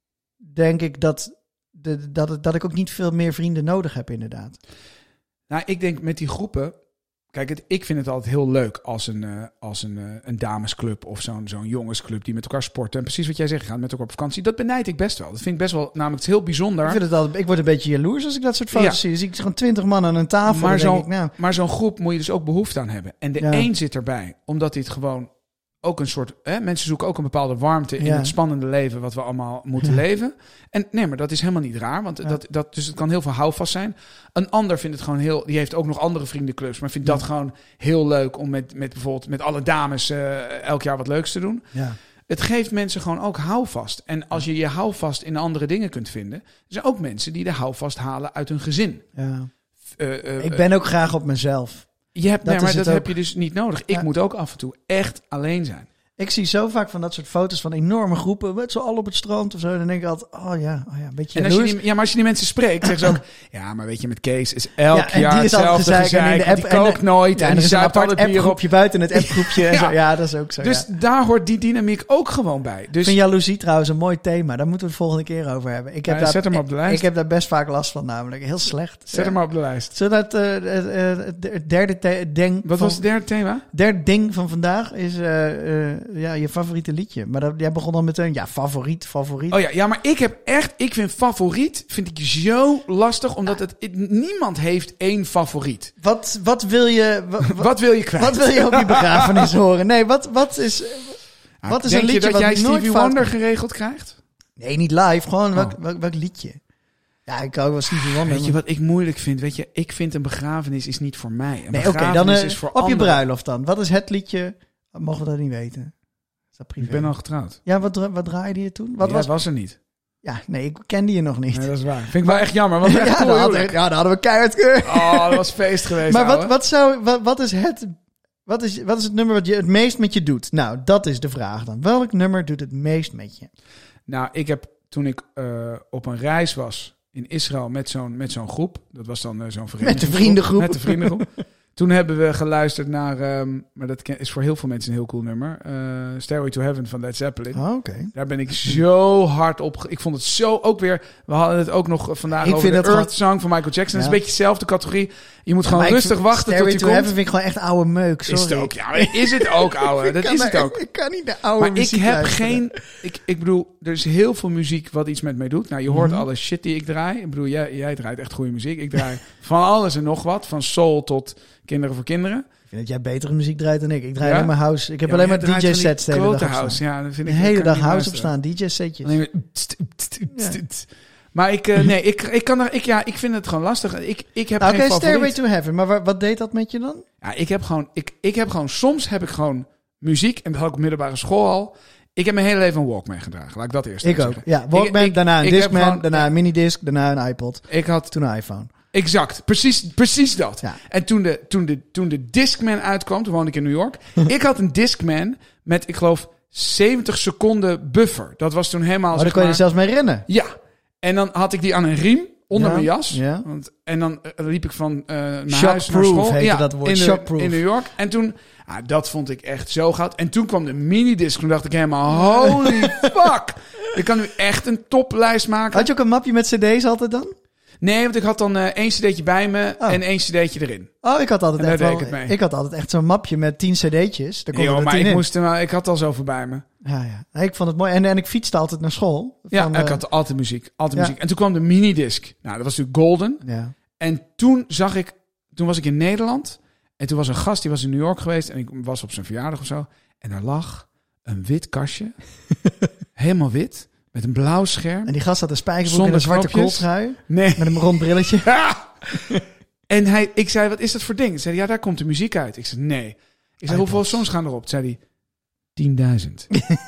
denk ik dat, de, dat, dat ik ook niet veel meer vrienden nodig heb inderdaad. Nou, ik denk met die groepen. Kijk, het, ik vind het altijd heel leuk als een, uh, als een, uh, een damesclub of zo'n, zo'n jongensclub die met elkaar sporten. En precies wat jij zegt, gaan met elkaar op vakantie. Dat benijd ik best wel. Dat vind ik best wel, namelijk het is heel bijzonder. Ik, vind het altijd, ik word een beetje jaloers als ik dat soort foto's ja. zie. Dan zie ik gewoon twintig man aan een tafel. Maar, zo, ik, nou. maar zo'n groep moet je dus ook behoefte aan hebben. En de ja. een zit erbij, omdat hij het gewoon ook een soort... Hè, mensen zoeken ook een bepaalde warmte in ja. het spannende leven wat we allemaal moeten ja. leven. En nee, maar dat is helemaal niet raar. Want ja. dat, dat, dus het kan heel veel houvast zijn. Een ander vindt het gewoon heel... Die heeft ook nog andere vriendenclubs. Maar vindt ja. dat gewoon heel leuk om met, met bijvoorbeeld met alle dames uh, elk jaar wat leuks te doen. Ja. Het geeft mensen gewoon ook houvast. En als je je houvast in andere dingen kunt vinden... Er zijn ook mensen die de houvast halen uit hun gezin. Ja. Uh, uh, ik ben ook graag op mezelf. Je hebt, dat nee, maar dat ook. heb je dus niet nodig. Ik ja. moet ook af en toe echt alleen zijn. Ik zie zo vaak van dat soort foto's van enorme groepen, met z'n allen op het strand of zo. Dan denk ik altijd, oh ja, oh ja, een beetje. En als je die, ja, maar als je die mensen spreekt, zeggen ze ook, ja, maar weet je, met Kees is elk ja, jaar hetzelfde gezeik. gezeik en in de app, die kookt nooit ja, en, en die zuipt al het bier op. Appgroepje buiten het appgroepje. En ja. Zo. Ja, dat is ook zo. Dus ja. daar hoort die dynamiek ook gewoon bij. Dus... Ik vind jaloezie trouwens een mooi thema. Daar moeten we het volgende keer over hebben. Ik heb ja, daar, zet hem op de lijst. Ik, ik heb daar best vaak last van, namelijk heel slecht. Zet ja. hem op de lijst. Zodat uh, uh, het derde te- ding. Wat van, was het derde thema? Derde ding van vandaag is uh, uh, ja, je favoriete liedje. Maar dat, jij begon al meteen, ja, favoriet, favoriet. Oh ja, ja, maar ik heb echt, ik vind favoriet, vind ik zo lastig, omdat het, het niemand heeft één favoriet. Wat, wat wil je, wat, wat wil je kwijt? Wat wil je op je begrafenis horen? Nee, wat, wat is, ah, wat is denk een liedje je dat wat jij nooit Stevie Wonder geregeld krijgt? Nee, niet live, gewoon oh. welk, welk, welk liedje? Ja, ik hou wel Stevie Wonder. Weet je wat ik moeilijk vind? Weet je, ik vind een begrafenis is niet voor mij. Een nee, oké, okay, dan uh, is voor op anderen. Je bruiloft dan. Wat is het liedje? Mogen we dat niet weten? Ik ben al getrouwd. Ja, wat, wat draaide je toen? Wat ja, was... was er niet. Ja, nee, ik kende je nog niet. Nee, dat is waar. Vind ik wel echt jammer. Want echt ja, cool, dan hadden, ja, dan hadden we keihard... Oh, dat was feest geweest, Maar wat, wat, zou, wat, wat, is het, wat, is, wat is het nummer wat je het meest met je doet? Nou, dat is de vraag dan. Welk nummer doet het meest met je? Nou, ik heb toen ik uh, op een reis was in Israël met zo'n, met zo'n groep. Dat was dan uh, zo'n vereniging. Met de vriendengroep. Met de vriendengroep. Toen hebben we geluisterd naar, um, maar dat is voor heel veel mensen een heel cool nummer, uh, Stairway to Heaven van Led Zeppelin. Oh, okay. Daar ben ik zo hard op. Ge- ik vond het zo ook weer. We hadden het ook nog vandaag ik over de Earth gewoon... Song van Michael Jackson. Ja. Dat is een beetje dezelfde categorie. Je moet ja, gewoon rustig wachten Stairway tot to je Heaven komt. vind ik gewoon echt oude meuk. Sorry. Is het ook? Ja, is het ook oude? Dat is het ook. Ik kan niet de oude maar muziek ik heb luisteren. geen. Ik, ik bedoel, er is heel veel muziek wat iets met mij doet. Nou, je hoort mm-hmm. alle shit die ik draai. Ik bedoel, jij, jij draait echt goede muziek. Ik draai van alles en nog wat, van soul tot Kinderen voor Kinderen. Ik vind dat jij betere muziek draait dan ik. Ik draai ja? alleen maar house. Ik heb ja, alleen maar D J-sets de hele dag house. Ja, dat vind ik de hele dag house luisteren. op staan. D J-setjes. Alleen maar... Ja. Maar ik, uh, nee, ik, ik kan er, ik, ja, ik vind het gewoon lastig. Ik, ik heb nou, geen Oké, okay, Stairway to Heaven. Maar wat, wat deed dat met je dan? Ja, ik heb gewoon, ik, ik heb gewoon, soms heb ik gewoon muziek. En dat had ik op middelbare school al. Ik heb mijn hele leven een Walkman gedragen. Laat ik dat eerst ik ook. zeggen. Ja, Walkman, ik, daarna een Discman, gewoon, daarna een minidisc, daarna een iPod. Ik had toen een iPhone. Exact, precies, precies dat. Ja. En toen de, toen, de, toen de Discman uitkwam, toen woonde ik in New York. Ik had een Discman met, ik geloof, zeventig seconden buffer. Dat was toen helemaal... Oh, daar kon je er zelfs mee rennen. Ja. En dan had ik die aan een riem onder ja. mijn jas. Ja. Want, en dan uh, liep ik van uh, naar Shockproof huis naar school. Heette ja, dat woord. In, de, Shockproof. in New York. En toen, ah, dat vond ik echt zo goud. En toen kwam de minidisc. Toen dacht ik helemaal, holy fuck. Ik kan nu echt een toplijst maken. Had je ook een mapje met cd's altijd dan? Nee, want ik had dan uh, één cd'tje bij me oh. en één cd'tje erin. Oh, ik had altijd, echt, wel, ik, ik had altijd echt zo'n mapje met tien cd'tjes. Daar kon Yo, er maar tien ik, in. moest, uh, ik had al zoveel bij me. Ja, ja. Nee, ik vond het mooi. En, en ik fietste altijd naar school. Ja, van, ik uh, had altijd muziek. Altijd ja. muziek. En toen kwam de minidisc. Nou, dat was natuurlijk golden. Ja. En toen zag ik... Toen was ik in Nederland. En toen was een gast, die was in New York geweest. En ik was op zijn verjaardag of zo. En er lag een wit kastje. Helemaal wit. Met een blauw scherm. En die gast had een spijkerbroek en een zwarte kooltrui. Nee. Met een rond brilletje. Ja. En hij, ik zei, wat is dat voor ding? Hij zei, ja, daar komt de muziek uit. Ik zei, nee. Ik zei, hoeveel songs gaan erop? Zei hij, tienduizend.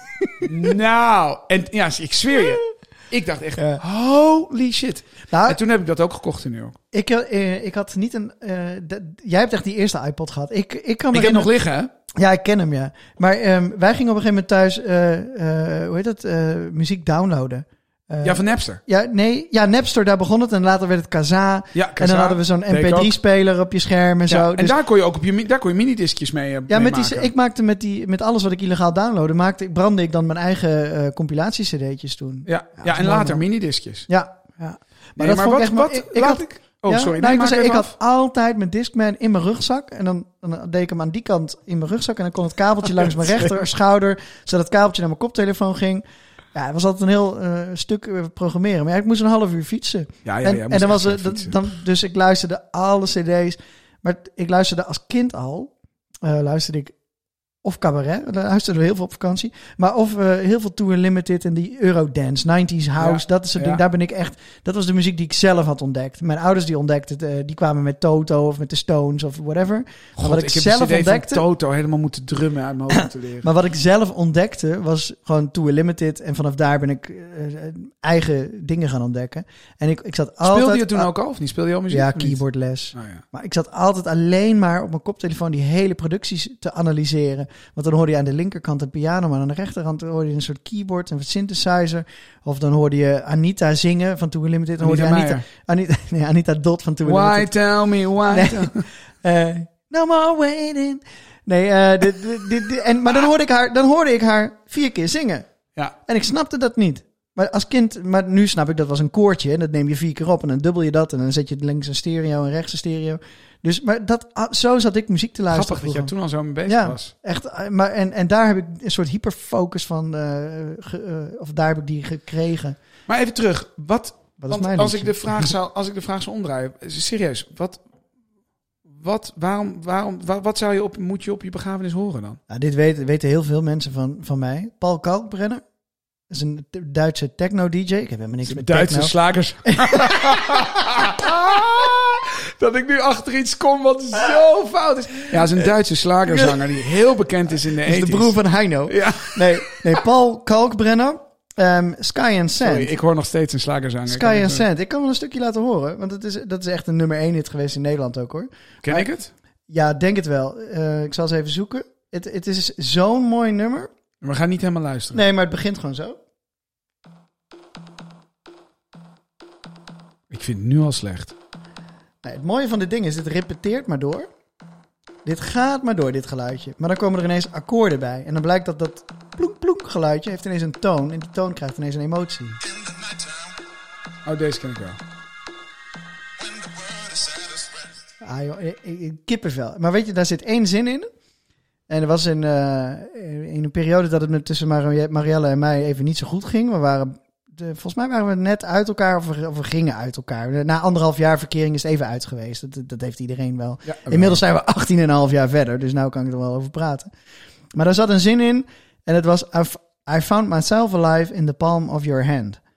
Nou, en ja, ik zweer je. Ik dacht echt, ja. holy shit. Nou, en toen heb ik dat ook gekocht in New York. Ik, uh, ik had niet een... Uh, de, jij hebt echt die eerste iPod gehad. Ik, ik, kan ik heb nog liggen, hè? Ja, ik ken hem, ja. Maar um, wij gingen op een gegeven moment thuis, uh, uh, hoe heet dat, uh, muziek downloaden. Uh, ja, van Napster. Ja, nee, ja, Napster, daar begon het. En later werd het Kazaa. Ja, Kazaa. En dan hadden we zo'n M P drie speler op je scherm en ja, zo. En dus, daar kon je ook op je, daar kon je minidiscjes mee, uh, ja, mee met die, ik maakte met, die, met alles wat ik illegaal downloadde, maakte, brandde ik dan mijn eigen uh, compilatie-cd'tjes toen. Ja, ja, ja en later minidiscjes. Ja, ja. Maar, nee, dat maar vond wat, ik echt, wat, ik, ik laat had, ik... Oh, ja? sorry. Nou, Nee, ik, zeggen, ik af. had altijd mijn Discman in mijn rugzak. En dan, dan deed ik hem aan die kant in mijn rugzak. En dan kon het kabeltje langs mijn rechter schouder, zodat het kabeltje naar mijn koptelefoon ging. Ja, het was altijd een heel uh, stuk uh, programmeren. Maar ja, ik moest een half uur fietsen. Ja, ja, en, ja, en dan was het, dan, dus ik luisterde alle cd's. Maar ik luisterde als kind al, uh, luisterde ik of cabaret, daar luisterden we heel veel op vakantie. Maar of uh, heel veel Tour Limited en die Eurodance, nineties house. Ja, dat is het ja. ding, daar ben ik echt... Dat was de muziek die ik zelf had ontdekt. Mijn ouders die ontdekten, uh, die kwamen met Toto of met de Stones of whatever. God, maar wat ik, ik heb zelf de ontdekte, van Toto helemaal moeten drummen uit mijn hoofd te leren. Maar wat ik zelf ontdekte was gewoon Tour Limited. En vanaf daar ben ik uh, eigen dingen gaan ontdekken. En ik, ik zat altijd... Speelde je toen ook al of niet? Speelde je al muziek? Ja, keyboardles. Oh, ja. Maar ik zat altijd alleen maar op mijn koptelefoon die hele producties te analyseren. Want dan hoorde je aan de linkerkant een piano, maar aan de rechterkant hoorde je een soort keyboard, een synthesizer. Of dan hoorde je Anita zingen van Tour Limited. Dan hoorde je Anita, Anita, nee, Anita Dot van Tour Why Limited. Tell me, why nee. tell... uh, No more waiting. Nee, uh, dit, dit, dit, dit, en, maar dan hoorde, ik haar, dan hoorde ik haar vier keer zingen. Ja. En ik snapte dat niet. Maar als kind, maar nu snap ik dat was een koortje. En dat neem je vier keer op en dan dubbel je dat. En dan zet je links een stereo en rechts een stereo. Dus, maar dat, zo zat ik muziek te luisteren. Grappig dat jij toen al zo mee bezig ja, was. Echt. Maar, en, en daar heb ik een soort hyperfocus van, uh, ge, uh, of daar heb ik die gekregen. Maar even terug. Wat, wat want is mijn als liedje? ik de vraag zou, als ik de vraag zou omdraaien, serieus, wat, wat, waarom, waarom, wat, wat zou je op, moet je op je begrafenis horen dan? Nou, dit weten, weten heel veel mensen van, van mij. Paul Kalkbrenner. Dat is een Duitse techno-D J. Ik heb helemaal niks met Duitse techno. slagers. Dat ik nu achter iets kom wat zo fout is. Ja, dat is een Duitse slagerzanger die heel bekend is in de ethisch. Dat is de broer van Heino. Ja. Nee, nee, Paul Kalkbrenner. Um, Sky and Sand. Sorry, ik hoor nog steeds een slagerzanger. Sky and Sand. Ik kan wel een stukje laten horen. Want het is, dat is echt een nummer één hit geweest in Nederland ook hoor. Ken maar, ik het? Ja, denk het wel. Uh, ik zal eens even zoeken. Het, het is zo'n mooi nummer. We gaan niet helemaal luisteren. Nee, maar het begint gewoon zo. Ik vind het nu al slecht. Nee, het mooie van dit ding is, dit repeteert maar door. Dit gaat maar door, dit geluidje. Maar dan komen er ineens akkoorden bij. En dan blijkt dat dat ploek ploek geluidje heeft ineens een toon. En die toon krijgt ineens een emotie. Oh, deze ken ik wel. Ah joh, kippenvel. Maar weet je, daar zit één zin in. En er was in, uh, in een periode dat het met tussen Mar- Marielle en mij even niet zo goed ging. We waren... De, volgens mij waren we net uit elkaar of we, of we gingen uit elkaar. Na anderhalf jaar verkering is het even uit geweest. Dat, dat heeft iedereen wel. Ja, inmiddels zijn we achttien en een half jaar verder. Dus nou kan ik er wel over praten. Maar daar zat een zin in. En het was... I found myself alive in the palm of your hand.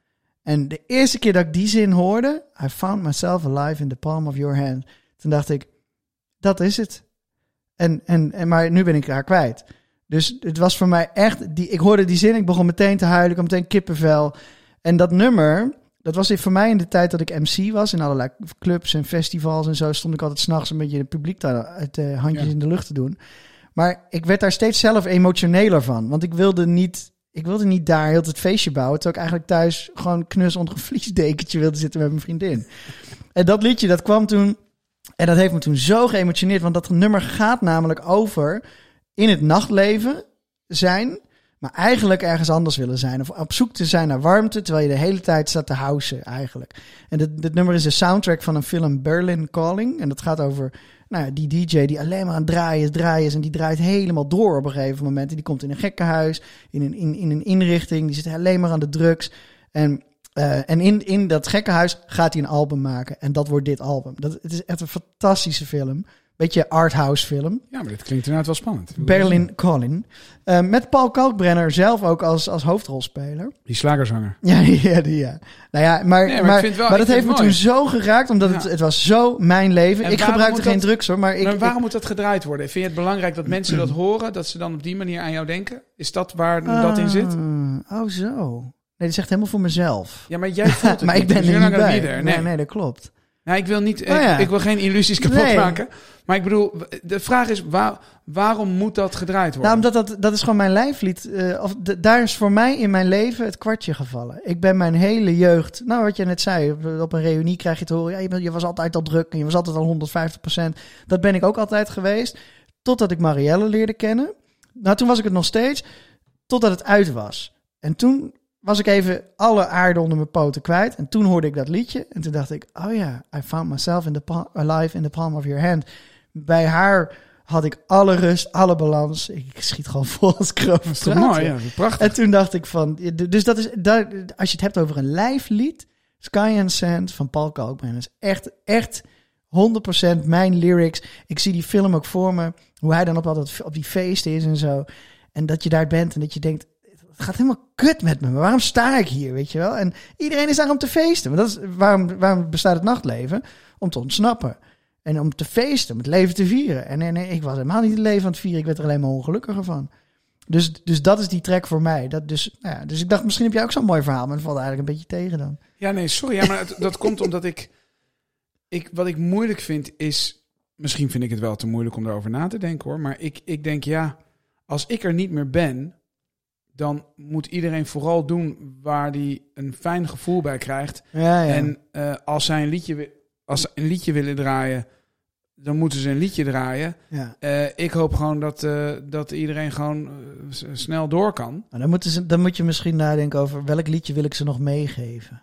En de eerste keer dat ik die zin hoorde, I found myself alive in the palm of your hand. Toen dacht ik, dat is het. En, en, en, maar nu ben ik haar kwijt. Dus het was voor mij echt, die, ik hoorde die zin, ik begon meteen te huilen, ik had meteen kippenvel. En dat nummer, dat was voor mij in de tijd dat ik M C was, in allerlei clubs en festivals en zo, stond ik altijd 's nachts een beetje het publiek daar uit uh, handjes ja. in de lucht te doen. Maar ik werd daar steeds zelf emotioneler van, want ik wilde niet... Ik wilde niet daar heel het feestje bouwen, terwijl ik eigenlijk thuis gewoon knus onder een vliesdekentje wilde zitten met mijn vriendin. En dat liedje, dat kwam toen, en dat heeft me toen zo geëmotioneerd, want dat nummer gaat namelijk over in het nachtleven zijn, maar eigenlijk ergens anders willen zijn. Of op zoek te zijn naar warmte, terwijl je de hele tijd staat te housen eigenlijk. En dit, dit nummer is de soundtrack van een film Berlin Calling, en dat gaat over... Nou, die D J die alleen maar aan het draaien is, draaien is... en die draait helemaal door op een gegeven moment. En die komt in een gekkenhuis, in een, in, in een inrichting. Die zit alleen maar aan de drugs. En, uh, en in, in dat gekkenhuis gaat hij een album maken. En dat wordt dit album. Dat, het is echt een fantastische film. Beetje arthouse film. Ja, maar dit klinkt inderdaad wel spannend. Berlin Calling. Uh, met Paul Kalkbrenner zelf ook als, als hoofdrolspeler. Die slagerzanger. Ja, ja, die, ja. Nou ja, maar, nee, maar, maar, wel, maar dat heeft me mooi. toen zo geraakt, omdat ja. het, het was zo mijn leven. En ik gebruikte geen dat, drugs hoor, maar ik... Maar waarom ik, moet dat gedraaid worden? Vind je het belangrijk dat mensen dat horen, dat ze dan op die manier aan jou denken? Is dat waar uh, dat in zit? Oh, zo. Nee, dat is echt helemaal voor mezelf. Ja, maar jij voelt het maar niet. ik ben dus er niet bij. Nee. nee, nee, dat klopt. Nou, ik wil niet, oh, ja. ik, ik wil geen illusies kapot nee. maken. Maar ik bedoel, de vraag is, waar, waarom moet dat gedraaid worden? Nou, omdat dat, dat is gewoon mijn lijflied. Uh, of de, daar is voor mij in mijn leven het kwartje gevallen. Ik ben mijn hele jeugd, nou wat je net zei, op, op een reunie krijg je te horen, ja, je, je was altijd al druk en je was altijd al honderdvijftig procent. Dat ben ik ook altijd geweest. Totdat ik Marielle leerde kennen. Nou, toen was ik het nog steeds, totdat het uit was. En toen was ik even alle aarde onder mijn poten kwijt. En toen hoorde ik dat liedje. En toen dacht ik, oh ja, I found myself in the palm, alive in the palm of your hand. Bij haar had ik alle rust, alle balans. Ik schiet gewoon vol als kroon. Dat is toch mooi, ja, prachtig. En toen dacht ik van, dus dat is, dat, als je het hebt over een lijflied, Sky and Sand van Paul Kalkbrenner is echt, echt honderd procent mijn lyrics. Ik zie die film ook voor me, hoe hij dan op, altijd, op die feesten is en zo. En dat je daar bent en dat je denkt, het gaat helemaal kut met me. Maar waarom sta ik hier, weet je wel? En iedereen is daar om te feesten. Maar dat is, waarom, waarom bestaat het nachtleven? Om te ontsnappen. En om te feesten, om het leven te vieren. En nee, nee, ik was helemaal niet het leven aan het vieren. Ik werd er alleen maar ongelukkiger van. Dus, dus dat is die track voor mij. Dat dus, nou ja, dus ik dacht, misschien heb jij ook zo'n mooi verhaal. Maar het valt eigenlijk een beetje tegen dan. Ja, nee, sorry. Ja, maar het, dat komt omdat ik, ik... Wat ik moeilijk vind is... Misschien vind ik het wel te moeilijk om daarover na te denken, hoor. Maar ik, ik denk, ja... Als ik er niet meer ben... dan moet iedereen vooral doen waar hij een fijn gevoel bij krijgt. Ja, ja. En uh, als zij een liedje, als ze een liedje willen draaien, dan moeten ze een liedje draaien. Ja. Uh, ik hoop gewoon dat, uh, dat iedereen gewoon uh, s- snel door kan. Maar dan, moeten ze, dan moet je misschien nadenken over welk liedje wil ik ze nog meegeven.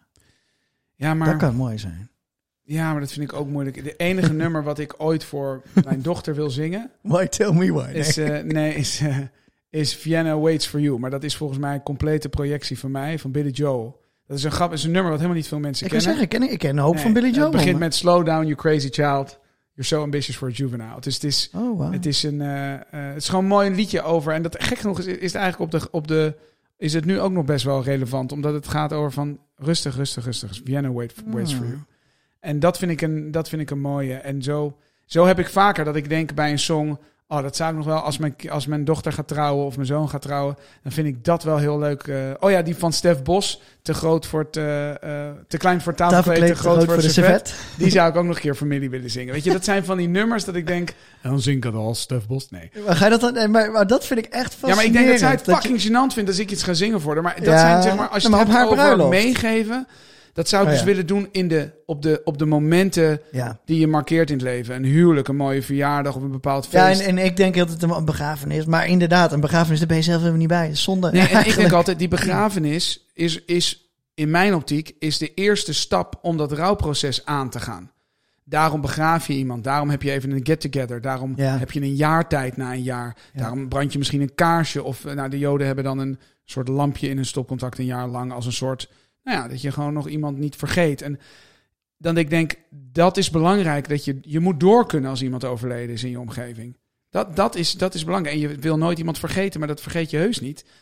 Ja, maar, dat kan mooi zijn. Ja, maar dat vind ik ook moeilijk. De enige nummer wat ik ooit voor mijn dochter wil zingen... Why tell me why? Is, uh, nee, is... Uh, is Vienna Waits for You. Maar dat is volgens mij een complete projectie van mij, van Billy Joel. Dat is een grap, is een nummer wat helemaal niet veel mensen ik kennen. Ik zeggen, ik ken, ik ken een hoop nee, van Billy Joel. Het begint man. met Slow Down, You Crazy Child. You're So Ambitious for a Juvenile. Dus het is, oh, wow. het is een, uh, uh, het is gewoon mooi een liedje over. En dat gek genoeg is, is het eigenlijk op de, op de, is het nu ook nog best wel relevant, omdat het gaat over van rustig, rustig, rustig. Vienna Waits oh. for You. En dat vind ik een, dat vind ik een mooie. En zo, zo heb ik vaker dat ik denk bij een song. Oh, dat zou ik nog wel, als mijn, als mijn dochter gaat trouwen of mijn zoon gaat trouwen, dan vind ik dat wel heel leuk. Uh, oh ja, die van Stef Bos, te groot voor het, uh, uh, te klein voor het tafelkleed, te groot, te groot voor, voor het servet. servet. Die zou ik ook nog een keer familie willen zingen. Weet je, dat zijn van die nummers dat ik denk, en dan zing ik het als Stef Bos. Nee. Maar ga je dat dan, nee, maar, maar dat vind ik echt fascinerend. Ja, maar ik denk dat zij het dat fucking je... gênant vindt als ik iets ga zingen voor haar. Maar dat ja, zijn zeg maar, als je maar het op hebt haar over bruiloft. meegeven. Dat zou ik oh, dus ja. willen doen in de, op, de, op de momenten ja. die je markeert in het leven. Een huwelijk, een mooie verjaardag of een bepaald feest. Ja, en, en ik denk altijd een begrafenis. Maar inderdaad, een begrafenis, daar ben je zelf helemaal niet bij. Zonde. Nee, en ik denk altijd, die begrafenis is, is in mijn optiek is de eerste stap om dat rouwproces aan te gaan. Daarom begraaf je iemand. Daarom heb je even een get-together. Daarom ja. heb je een jaartijd na een jaar. Ja. Daarom brand je misschien een kaarsje. Of nou, de Joden hebben dan een soort lampje in een stopcontact een jaar lang als een soort... Nou ja, dat je gewoon nog iemand niet vergeet. En dan ik denk, dat is belangrijk. Dat je, je moet door kunnen als iemand overleden is in je omgeving. Dat, dat, is, dat is belangrijk. En je wil nooit iemand vergeten, maar dat vergeet je heus niet.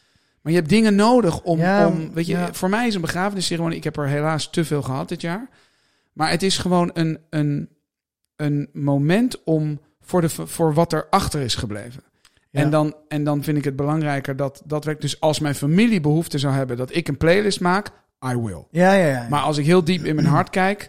Maar je hebt dingen nodig om... Ja, om weet je, ja. Voor mij is een begrafenisceremonie... Ik heb er helaas te veel gehad dit jaar. Maar het is gewoon een, een, een moment om... Voor, de, voor wat er achter is gebleven. Ja. En, dan, en dan vind ik het belangrijker dat... dat werkt. Dus als mijn familie behoefte zou hebben... dat ik een playlist maak... I will. Ja, ja, ja, ja. Maar als ik heel diep in mijn hart kijk...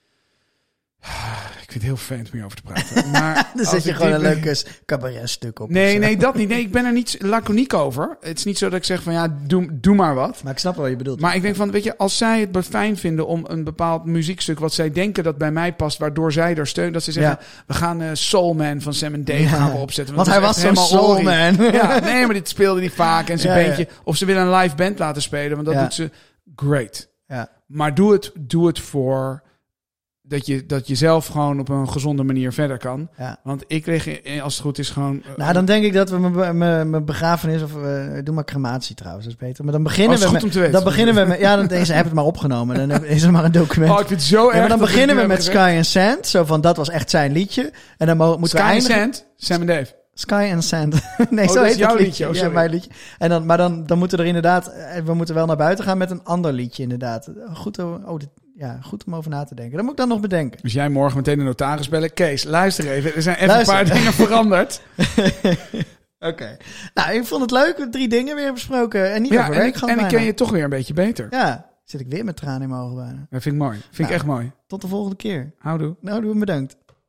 Ik vind het heel fijn om hierover te praten. Maar dan zet je gewoon een leuke cabaretstuk op. Nee, nee, dat niet. Nee, ik ben er niet laconiek over. Het is niet zo dat ik zeg van ja, doe, doe maar wat. Maar ik snap wel wat je bedoelt. Maar ik denk van, weet je, als zij het fijn vinden om een bepaald muziekstuk... wat zij denken dat bij mij past, waardoor zij er steunen... dat ze zeggen, ja. we gaan uh, Soul Man van Sam and Dave ja. gaan we opzetten. Want, want hij was zo'n Soul Man. Ja, nee, maar dit speelde niet vaak. En zijn ja, bandje... Ja. Of ze willen een live band laten spelen, want dat ja. doet ze great. Ja. Maar doe het, doe het voor... Dat je, dat je zelf gewoon op een gezonde manier verder kan. Ja. Want ik kreeg, als het goed is, gewoon... Uh, nou, dan denk ik dat we mijn begrafenis... of uh, doe maar crematie trouwens, dat is beter. Maar dan beginnen oh, we met... Weten, dan beginnen we met... Ja, dan deze heb het maar opgenomen. Dan is er maar een document. Oh, ik vind het zo erg. Ja, maar dan beginnen we met Sky and Sand. Zo van, dat was echt zijn liedje. En dan mo- moeten Sky we eindigen... and Sand? Sam and Dave. Sky and Sand. nee, oh, zo dat heet is jouw liedje. liedje. Oh, ja, mijn liedje. En dan, maar dan, dan moeten er inderdaad... We moeten wel naar buiten gaan met een ander liedje inderdaad. Goed, oh, dit, ja, goed om over na te denken. Dat moet ik dan nog bedenken. Dus jij morgen meteen de notaris bellen. Kees, luister even. Er zijn even luister. een paar dingen veranderd. Oké. Okay. Nou, ik vond het leuk. Drie dingen weer besproken. En niet ja, over en werk ik, gaan en ik bijna. ken je toch weer een beetje beter. Ja, zit ik weer met tranen in mijn ogen bijna. Dat vind ik mooi. Vind nou, ik echt mooi. Tot de volgende keer. Houdoe. Nou, doe bedankt.